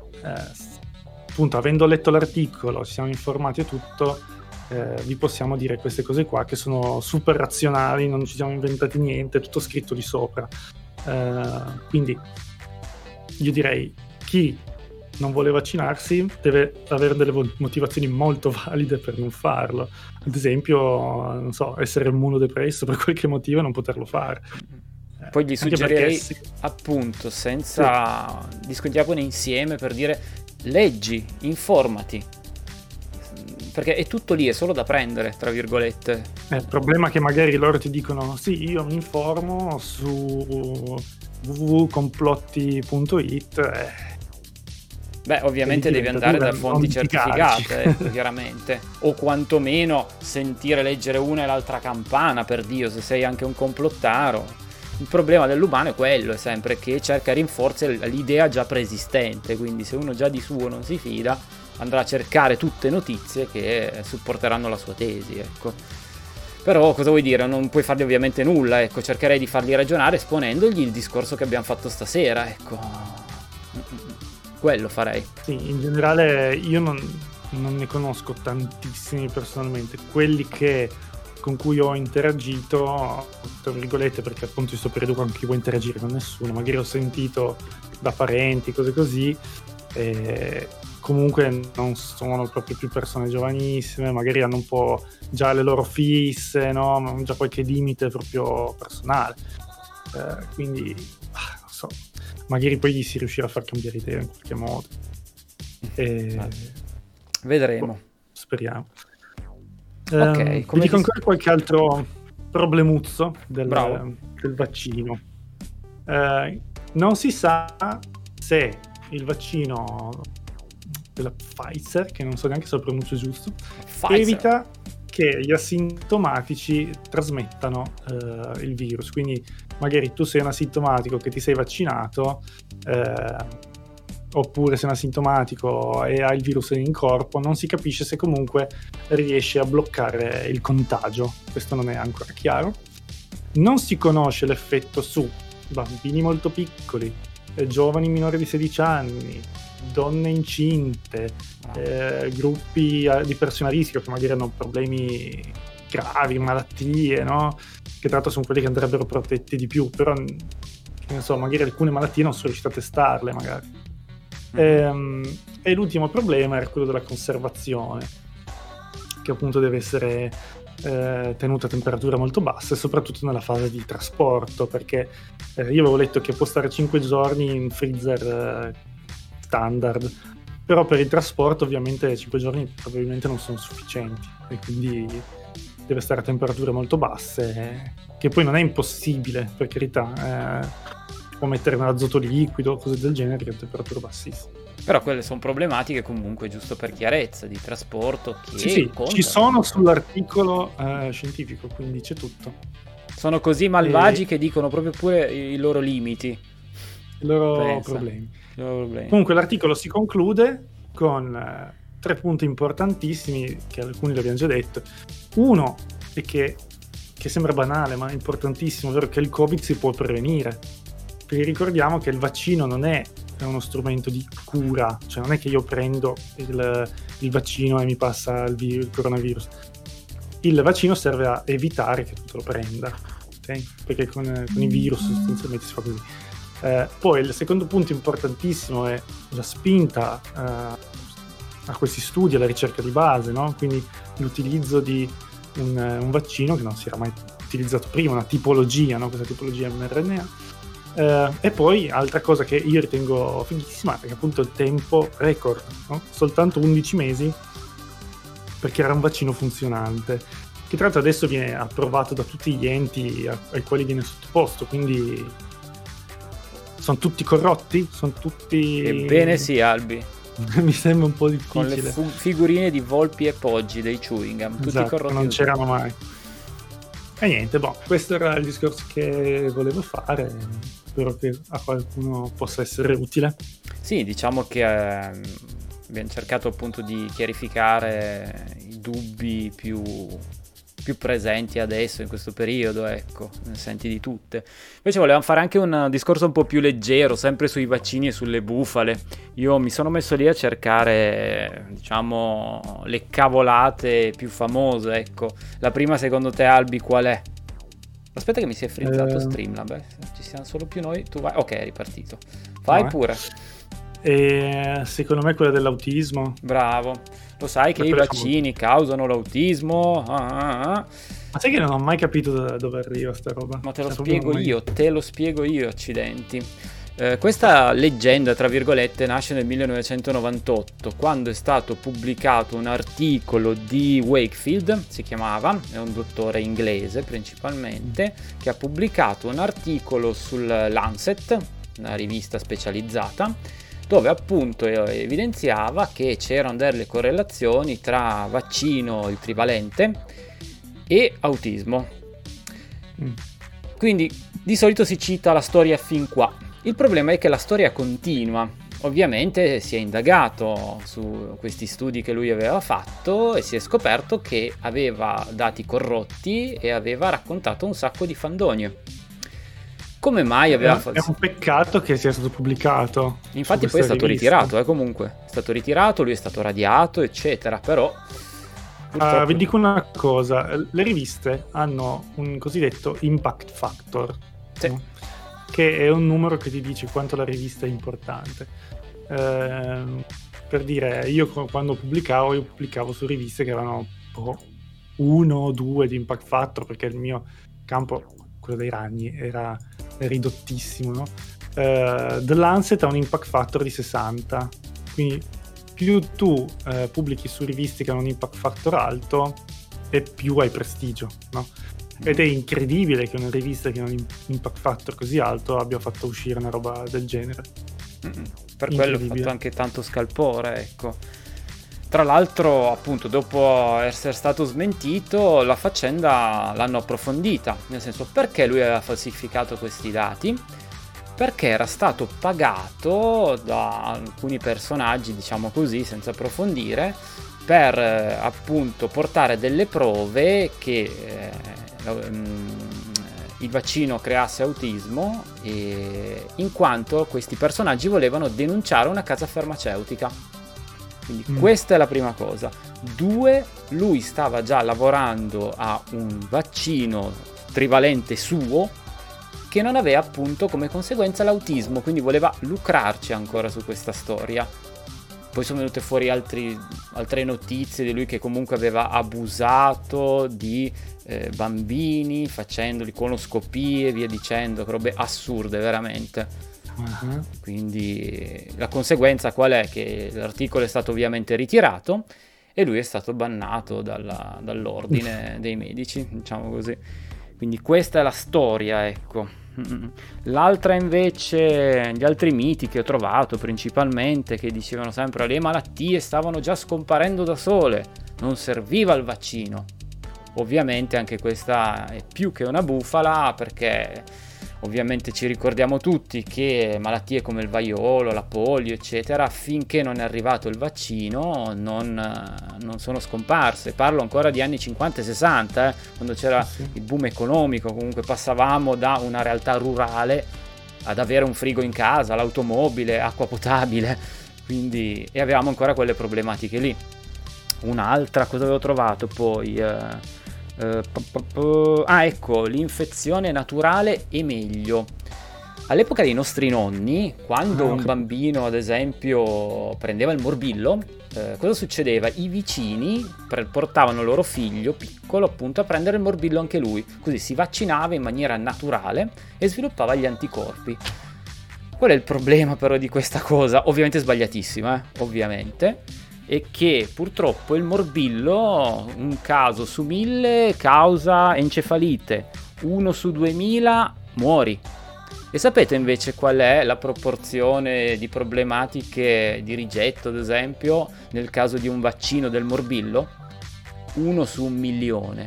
appunto, avendo letto l'articolo, ci siamo informati e tutto, vi possiamo dire queste cose qua che sono super razionali, non ci siamo inventati niente, è tutto scritto di sopra. Quindi io direi, chi non vuole vaccinarsi deve avere delle motivazioni molto valide per non farlo. Ad esempio, non so, essere immunodepresso per qualche motivo e non poterlo fare.
Poi gli suggerirei appunto, senza discutiamone insieme, per dire leggi, informati, perché è tutto lì, è solo da prendere, tra virgolette.
Il problema è che magari loro ti dicono io mi informo su www.complotti.it.
Beh, ovviamente devi andare da fonti certificate, chiaramente, o quantomeno sentire leggere una e l'altra campana, per Dio, se sei anche un complottaro. Il problema dell'umano è quello, è sempre che cerca rinforzi l'idea già preesistente, quindi se uno già di suo non si fida, andrà a cercare tutte notizie che supporteranno la sua tesi, ecco. Però cosa vuoi dire? Non puoi fargli ovviamente nulla, ecco, cercherei di farli ragionare esponendogli il discorso che abbiamo fatto stasera, ecco. Quello farei.
Sì, in generale io non ne conosco tantissimi personalmente, quelli con cui ho interagito, tra virgolette, perché appunto in questo periodo qua non chi vuoi interagire con nessuno, magari ho sentito da parenti, cose così, comunque non sono proprio più persone giovanissime, magari hanno un po' già le loro fisse, no? Già qualche limite proprio personale, quindi non so, magari poi si riuscirà a far cambiare idea in qualche modo.
Vedremo.
Speriamo.
Ok,
vi dico ancora qualche altro problemuzzo del vaccino. Non si sa se il vaccino della Pfizer, che non so neanche se lo pronuncio giusto, evita che gli asintomatici trasmettano il virus. Quindi magari tu sei un asintomatico che ti sei vaccinato, oppure sei un asintomatico e hai il virus in corpo, non si capisce se comunque riesce a bloccare il contagio. Questo non è ancora chiaro. Non si conosce l'effetto su bambini molto piccoli, giovani minori di 16 anni, donne incinte, gruppi di persone a rischio che magari hanno problemi gravi, malattie, no? Che tra l'altro sono quelli che andrebbero protetti di più, però non so, magari alcune malattie non sono riuscito a testarle magari. E l'ultimo problema era quello della conservazione, che appunto deve essere tenuta a temperatura molto bassa, e soprattutto nella fase di trasporto, perché io avevo letto che può stare 5 giorni in freezer standard, però per il trasporto ovviamente 5 giorni probabilmente non sono sufficienti, e quindi deve stare a temperature molto basse, che poi non è impossibile, per carità, può mettere nell'azoto liquido, cose del genere, a temperature bassissime.
Però quelle sono problematiche comunque, giusto per chiarezza, di trasporto che
sì, ci sono sull'articolo scientifico, quindi c'è tutto.
Sono così malvagi che dicono proprio pure i loro limiti,
i loro problemi. Comunque l'articolo si conclude con 3 punti importantissimi, che alcuni l'abbiamo già detto. Uno è che sembra banale ma è importantissimo, ovvero che il Covid si può prevenire, perché ricordiamo che il vaccino non è uno strumento di cura, cioè non è che io prendo il vaccino e mi passa il coronavirus. Il vaccino serve a evitare che tu te lo prenda, okay? Perché con i virus sostanzialmente si fa così. Poi il secondo punto importantissimo è la spinta a questi studi, alla ricerca di base, no? Quindi l'utilizzo di un vaccino che non si era mai utilizzato prima, una tipologia, no? Questa tipologia mRNA. E poi altra cosa che io ritengo fighissima è che appunto il tempo record, no? Soltanto 11 mesi per creare un vaccino funzionante, che tra l'altro adesso viene approvato da tutti gli enti ai quali viene sottoposto, quindi sono tutti corrotti? Sono tutti...
Ebbene sì, Albi.
Mi sembra un po' difficile.
Con le figurine di volpi e poggi dei chewing gum, tutti
esatto,
corrotti.
Non c'erano mai. E niente, questo era il discorso che volevo fare. Spero che a qualcuno possa essere utile.
Sì, diciamo che abbiamo cercato appunto di chiarificare i dubbi più presenti adesso in questo periodo, ecco, ne senti di tutte. Invece volevamo fare anche un discorso un po' più leggero, sempre sui vaccini e sulle bufale. Io mi sono messo lì a cercare, diciamo, le cavolate più famose, ecco. La prima secondo te, Albi, qual è? Aspetta che mi si è frizzato Streamlab, ci siamo solo più noi, tu vai, ok, è ripartito. Vai pure.
Secondo me quella dell'autismo.
Bravo. Lo sai che i vaccini causano l'autismo?
Ma sai che non ho mai capito da dove arriva sta roba?
Ma te lo spiego io, accidenti. Questa leggenda, tra virgolette, nasce nel 1998, quando è stato pubblicato un articolo di Wakefield, si chiamava, è un dottore inglese principalmente, che ha pubblicato un articolo sul Lancet, una rivista specializzata, dove appunto evidenziava che c'erano delle correlazioni tra vaccino, il trivalente, e autismo. Quindi Di solito si cita la storia fin qua. Il problema è che la storia continua. Ovviamente si è indagato su questi studi che lui aveva fatto e si è scoperto che aveva dati corrotti e aveva raccontato un sacco di fandonie. Come mai aveva
fatto? È un peccato che sia stato pubblicato.
Infatti poi è stato ritirato, comunque. È stato ritirato, lui è stato radiato, eccetera, però...
Vi dico una cosa, le riviste hanno un cosiddetto impact factor,
sì,
no? Che è un numero che ti dice quanto la rivista è importante. Per dire, io quando pubblicavo su riviste che avevano 1 o 2 di impact factor, perché il mio campo, quello dei ragni, era ridottissimo, no? The Lancet ha un impact factor di 60, quindi più tu pubblichi su riviste che hanno un impact factor alto e più hai prestigio, no? Ed è incredibile che una rivista che ha un impact factor così alto abbia fatto uscire una roba del genere.
Per quello ha fatto anche tanto scalpore, ecco. Tra l'altro, appunto, dopo essere stato smentito, la faccenda l'hanno approfondita, nel senso, perché lui aveva falsificato questi dati? Perché era stato pagato da alcuni personaggi, diciamo così, senza approfondire, per appunto portare delle prove che il vaccino creasse autismo, in quanto questi personaggi volevano denunciare una casa farmaceutica. Quindi questa è la prima cosa. 2, lui stava già lavorando a un vaccino trivalente suo che non aveva appunto come conseguenza l'autismo, quindi voleva lucrarci ancora su questa storia. Poi sono venute fuori altre notizie di lui che comunque aveva abusato di bambini, facendoli colonoscopie e via dicendo, robe assurde veramente.
Uh-huh.
Quindi la conseguenza qual è? Che l'articolo è stato ovviamente ritirato e lui è stato bannato dall'ordine dei medici, diciamo così. Quindi questa è la storia, ecco. L'altra invece, gli altri miti che ho trovato principalmente, che dicevano sempre le malattie stavano già scomparendo da sole, non serviva il vaccino. Ovviamente anche questa è più che una bufala, perché ovviamente ci ricordiamo tutti che malattie come il vaiolo, la polio, eccetera, finché non è arrivato il vaccino non sono scomparse. Parlo ancora di anni 50 e 60, quando c'era il boom economico, comunque passavamo da una realtà rurale ad avere un frigo in casa, l'automobile, acqua potabile, quindi, e avevamo ancora quelle problematiche lì. Un'altra cosa avevo trovato poi... ecco, l'infezione naturale è meglio. All'epoca dei nostri nonni, quando un bambino ad esempio prendeva il morbillo, cosa succedeva? I vicini portavano il loro figlio piccolo appunto a prendere il morbillo anche lui, così si vaccinava in maniera naturale e sviluppava gli anticorpi. Qual è il problema però di questa cosa? Ovviamente sbagliatissima, ovviamente. E che purtroppo il morbillo, un caso su 1000 causa encefalite, 1 su 2000 muori. E sapete invece qual è la proporzione di problematiche di rigetto, ad esempio, nel caso di un vaccino del morbillo? 1 su 1.000.000.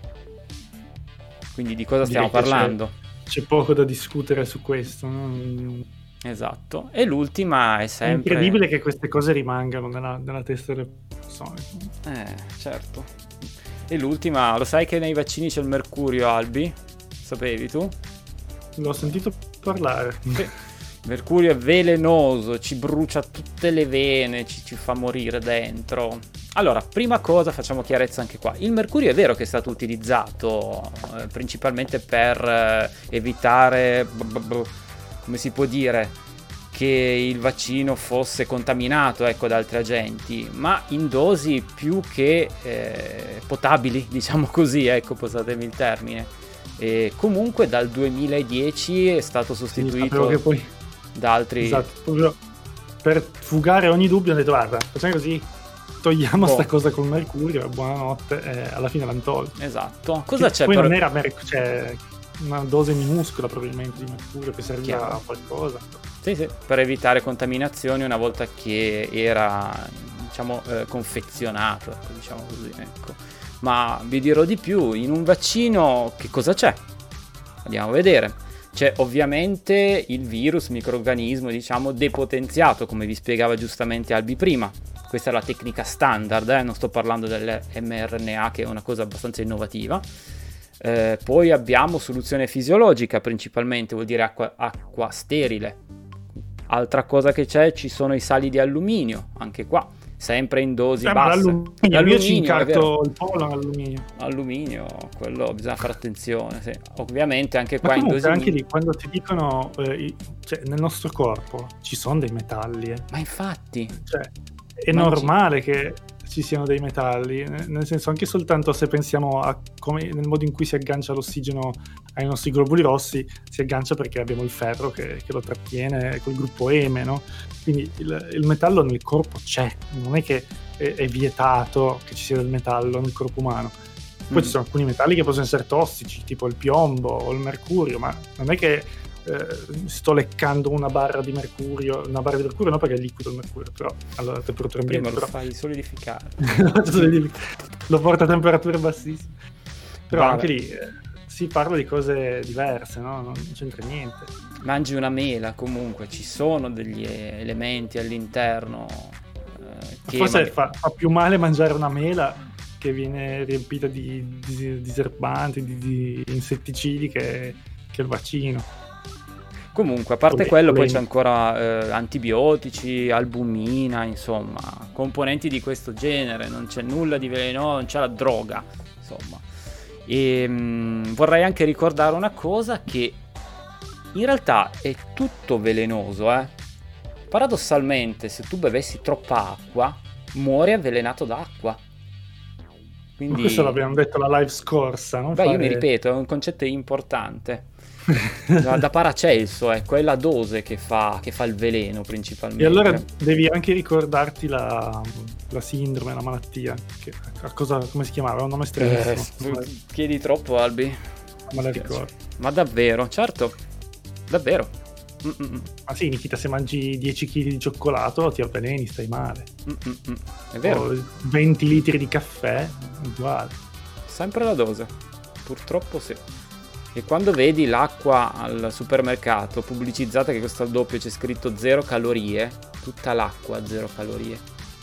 Quindi di cosa stiamo parlando?
C'è poco da discutere su questo, no?
Esatto, e l'ultima è sempre...
È incredibile che queste cose rimangano nella testa delle persone.
Certo. E l'ultima, lo sai che nei vaccini c'è il mercurio, Albi? Sapevi tu?
L'ho sentito parlare.
Sì. Il mercurio è velenoso, ci brucia tutte le vene, ci fa morire dentro. Allora, prima cosa, facciamo chiarezza anche qua. Il mercurio è vero che è stato utilizzato principalmente per evitare... come si può dire, che il vaccino fosse contaminato, ecco, da altri agenti, ma in dosi più che potabili, diciamo così, ecco, passatemi il termine. E comunque dal 2010 è stato sostituito
che poi...
da altri...
Esatto, proprio per fugare ogni dubbio hanno detto guarda, facciamo così, togliamo sta cosa col mercurio e buonanotte, e alla fine l'hanno tolto.
Esatto. Cosa c'è
poi
per...
non era una dose minuscola probabilmente di mercurio che serviva a qualcosa.
Sì, per evitare contaminazioni una volta che era, diciamo, confezionato, diciamo così, ecco. Ma vi dirò di più, in un vaccino che cosa c'è? Andiamo a vedere. C'è ovviamente il virus, microrganismo, diciamo, depotenziato, come vi spiegava giustamente Albi prima. Questa è la tecnica standard, non sto parlando dell'mRNA, che è una cosa abbastanza innovativa. Poi abbiamo soluzione fisiologica, principalmente vuol dire acqua sterile. Altra cosa che c'è, ci sono i sali di alluminio, anche qua, sempre in dosi basse.
Io ci incarto il polo all'alluminio.
Alluminio, quello bisogna fare attenzione, sì. Ovviamente anche qua
in
dosi.
Anche lì, quando ti dicono, cioè, nel nostro corpo ci sono dei metalli.
Ma infatti.
Cioè, è normale che ci siano dei metalli, nel senso, anche soltanto se pensiamo a come nel modo in cui si aggancia l'ossigeno ai nostri globuli rossi, si aggancia perché abbiamo il ferro che lo trattiene col gruppo M, no? Quindi il metallo nel corpo c'è, non è che è vietato che ci sia del metallo nel corpo umano. Poi ci sono alcuni metalli che possono essere tossici, tipo il piombo o il mercurio, ma non è che sto leccando una barra di mercurio no, perché è liquido il mercurio, però alla temperatura ambiente
prima lo fai solidificare.
Lo porta a temperature bassissime, però anche lì si parla di cose diverse, no? Non c'entra niente.
Mangi una mela, comunque ci sono degli elementi all'interno che
forse fa più male mangiare una mela che viene riempita di diserbanti, di insetticidi che il vaccino.
Comunque, a parte quello, poi c'è ancora antibiotici, albumina, insomma, componenti di questo genere, non c'è nulla di velenoso, non c'è la droga, insomma. E vorrei anche ricordare una cosa, che in realtà è tutto velenoso, Paradossalmente, se tu bevessi troppa acqua, muori avvelenato d'acqua. Quindi...
questo l'abbiamo detto la live scorsa, no?
Io mi ripeto, è un concetto importante. Da Paracelso è quella dose che fa il veleno principalmente.
E allora devi anche ricordarti la sindrome, la malattia, che come si chiamava? Un nome stranissimo.
Chiedi troppo, Albi.
Me la ricordo.
Ma davvero? Certo, davvero.
Ma sì, Nikita, se mangi 10 kg di cioccolato ti avveleni, stai male.
È vero.
O 20 litri di caffè, uguale.
Sempre la dose, purtroppo sì. E quando vedi l'acqua al supermercato pubblicizzata che costa il doppio, c'è scritto 0 calorie, tutta l'acqua 0 calorie.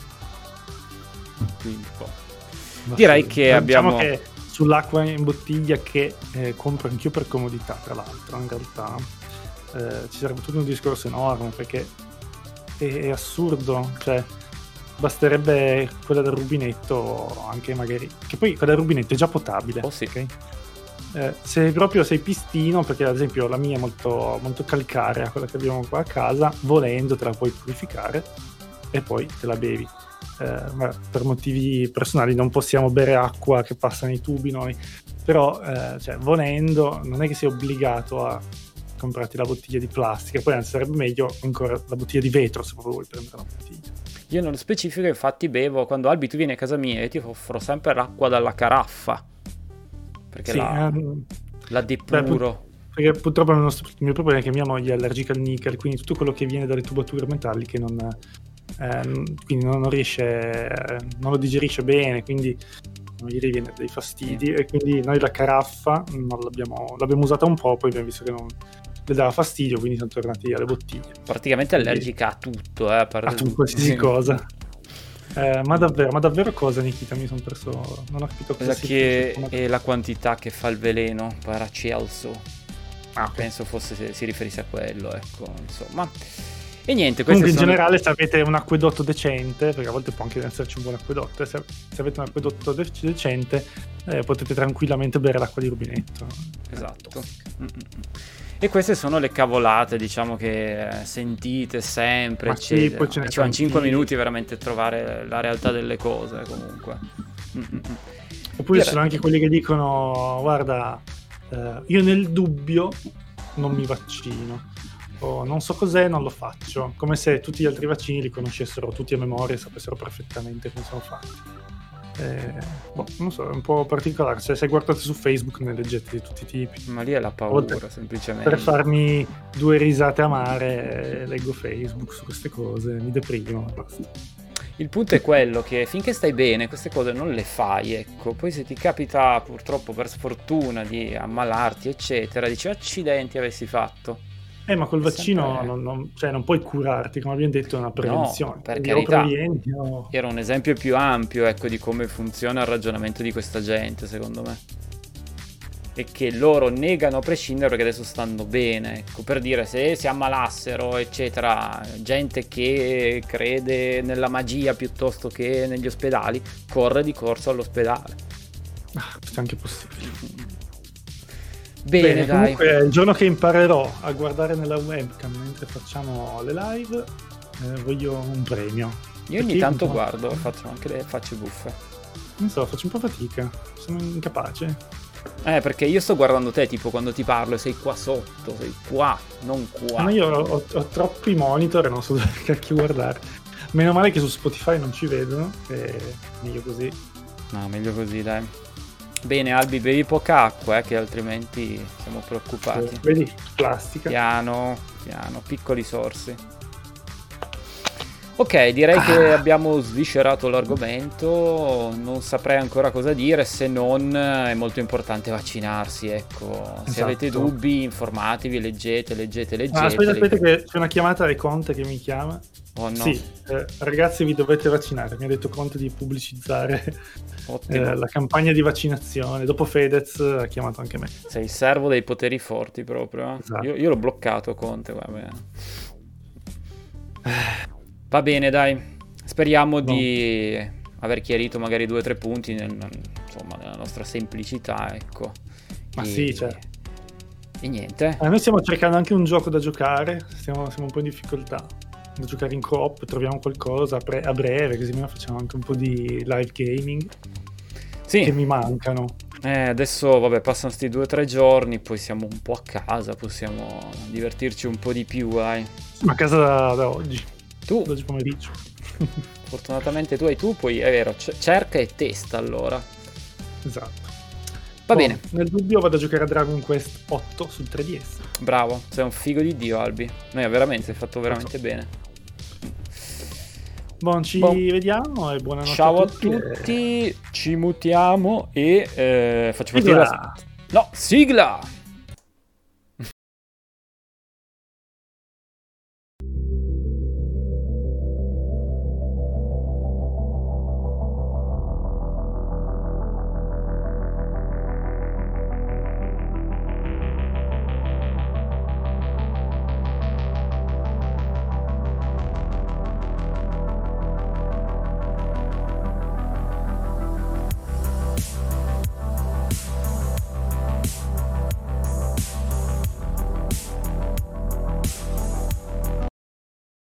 Quindi direi
sì,
che abbiamo...
che sull'acqua in bottiglia, che compro anch'io per comodità, tra l'altro, in realtà ci sarebbe tutto un discorso enorme, perché è assurdo, cioè basterebbe quella del rubinetto, anche magari, che poi quella del rubinetto è già potabile.
Sì.
Okay? Se proprio sei pistino, perché ad esempio la mia è molto, molto calcarea, quella che abbiamo qua a casa, volendo te la puoi purificare e poi te la bevi. Per motivi personali non possiamo bere acqua che passa nei tubi noi, però cioè, volendo non è che sei obbligato a comprarti la bottiglia di plastica, poi anzi sarebbe meglio ancora la bottiglia di vetro se proprio vuoi prendere la bottiglia.
Io nello specifico infatti bevo, quando Albi tu vieni a casa mia e ti offro sempre l'acqua dalla caraffa, perché
sì,
la depuro.
Perché purtroppo il mio problema è che mia moglie è allergica al nickel, quindi tutto quello che viene dalle tubature metalliche quindi non riesce, non lo digerisce bene, quindi gli viene dei fastidi, e quindi noi la caraffa non l'abbiamo usata un po', poi abbiamo visto che non le dava fastidio, quindi siamo tornati alle bottiglie.
Praticamente allergica a tutto,
a tutto, qualsiasi cosa. Ma davvero cosa, Nikita? Mi sono perso, non ho capito cosa
che è la quantità che fa il veleno, Paracelso. Penso fosse si riferisse a quello, ecco, insomma. E niente,
comunque in generale, se avete un acquedotto decente, perché a volte può anche esserci un buon acquedotto, se avete un acquedotto decente potete tranquillamente bere l'acqua di rubinetto.
Esatto. E queste sono le cavolate, diciamo, che sentite sempre, eccetera. Sì, poi ci vanno 5 minuti veramente trovare la realtà delle cose, comunque.
Oppure ci sono anche quelli che dicono: guarda, io nel dubbio non mi vaccino, o non so cos'è, non lo faccio, come se tutti gli altri vaccini li conoscessero tutti a memoria e sapessero perfettamente come sono fatti. Non so, è un po' particolare. Se guardate su Facebook ne leggete di tutti i tipi.
Ma lì è la paura, semplicemente.
Per farmi 2 risate amare leggo Facebook su queste cose, mi deprimo, basta.
Il punto è quello che finché stai bene queste cose non le fai, ecco. Poi se ti capita purtroppo per sfortuna di ammalarti eccetera, dici accidenti avessi fatto.
Ma col vaccino
Sempre...
cioè, non puoi curarti, come abbiamo detto, è una prevenzione.
No, per
Quindi
carità,
o...
era un esempio più ampio, ecco, di come funziona il ragionamento di questa gente, secondo me. E che loro negano a prescindere perché adesso stanno bene, ecco, per dire, se si ammalassero eccetera, gente che crede nella magia piuttosto che negli ospedali corre di corsa all'ospedale.
È anche possibile.
Bene, dai.
Comunque il giorno che imparerò a guardare nella webcam mentre facciamo le live, voglio un premio.
Io ogni tanto guardo, faccio anche le facce buffe.
Non so, faccio un po' fatica, sono incapace.
Perché io sto guardando te, tipo quando ti parlo e sei qua sotto, sei qua, non qua.
Ma io ho troppi monitor e non so dove cacchio guardare. Meno male che su Spotify non ci vedono, e meglio così.
No, meglio così, dai. Bene, Albi, bevi poca acqua, che altrimenti siamo preoccupati.
Vedi, plastica.
Piano, piccoli sorsi. Ok, direi che abbiamo sviscerato l'argomento, non saprei ancora cosa dire se non è molto importante vaccinarsi, ecco. Se avete dubbi informatevi, leggete.
Aspetta che c'è una chiamata ai Conte che mi chiama.
Oh no.
Sì, ragazzi vi dovete vaccinare, mi ha detto Conte di pubblicizzare la campagna di vaccinazione, dopo Fedez ha chiamato anche me.
Sei il servo dei poteri forti proprio,
Esatto.
Io l'ho bloccato Conte, vabbè. Va bene, dai. Speriamo di aver chiarito magari 2 o 3 punti nella nostra semplicità, ecco.
Ma sì, certo.
E niente.
Noi stiamo cercando anche un gioco da giocare, siamo un po' in difficoltà. Da giocare in coop, troviamo qualcosa a breve, così almeno facciamo anche un po' di live gaming. Sì. Che mi mancano.
Adesso, vabbè, passano sti 2 o 3 giorni, poi siamo un po' a casa, possiamo divertirci un po' di più, dai.
Ma a casa da oggi.
Tu?
Oggi pomeriggio.
Fortunatamente tu hai poi è vero, cerca e testa allora.
Esatto.
Va bene.
Nel dubbio vado a giocare a Dragon Quest 8 sul 3DS.
Bravo, sei un figo di Dio, Albi. Noi veramente, hai fatto veramente bene.
Ci vediamo e buonanotte.
Ciao a tutti. Ci mutiamo e faccio partire la... No, sigla!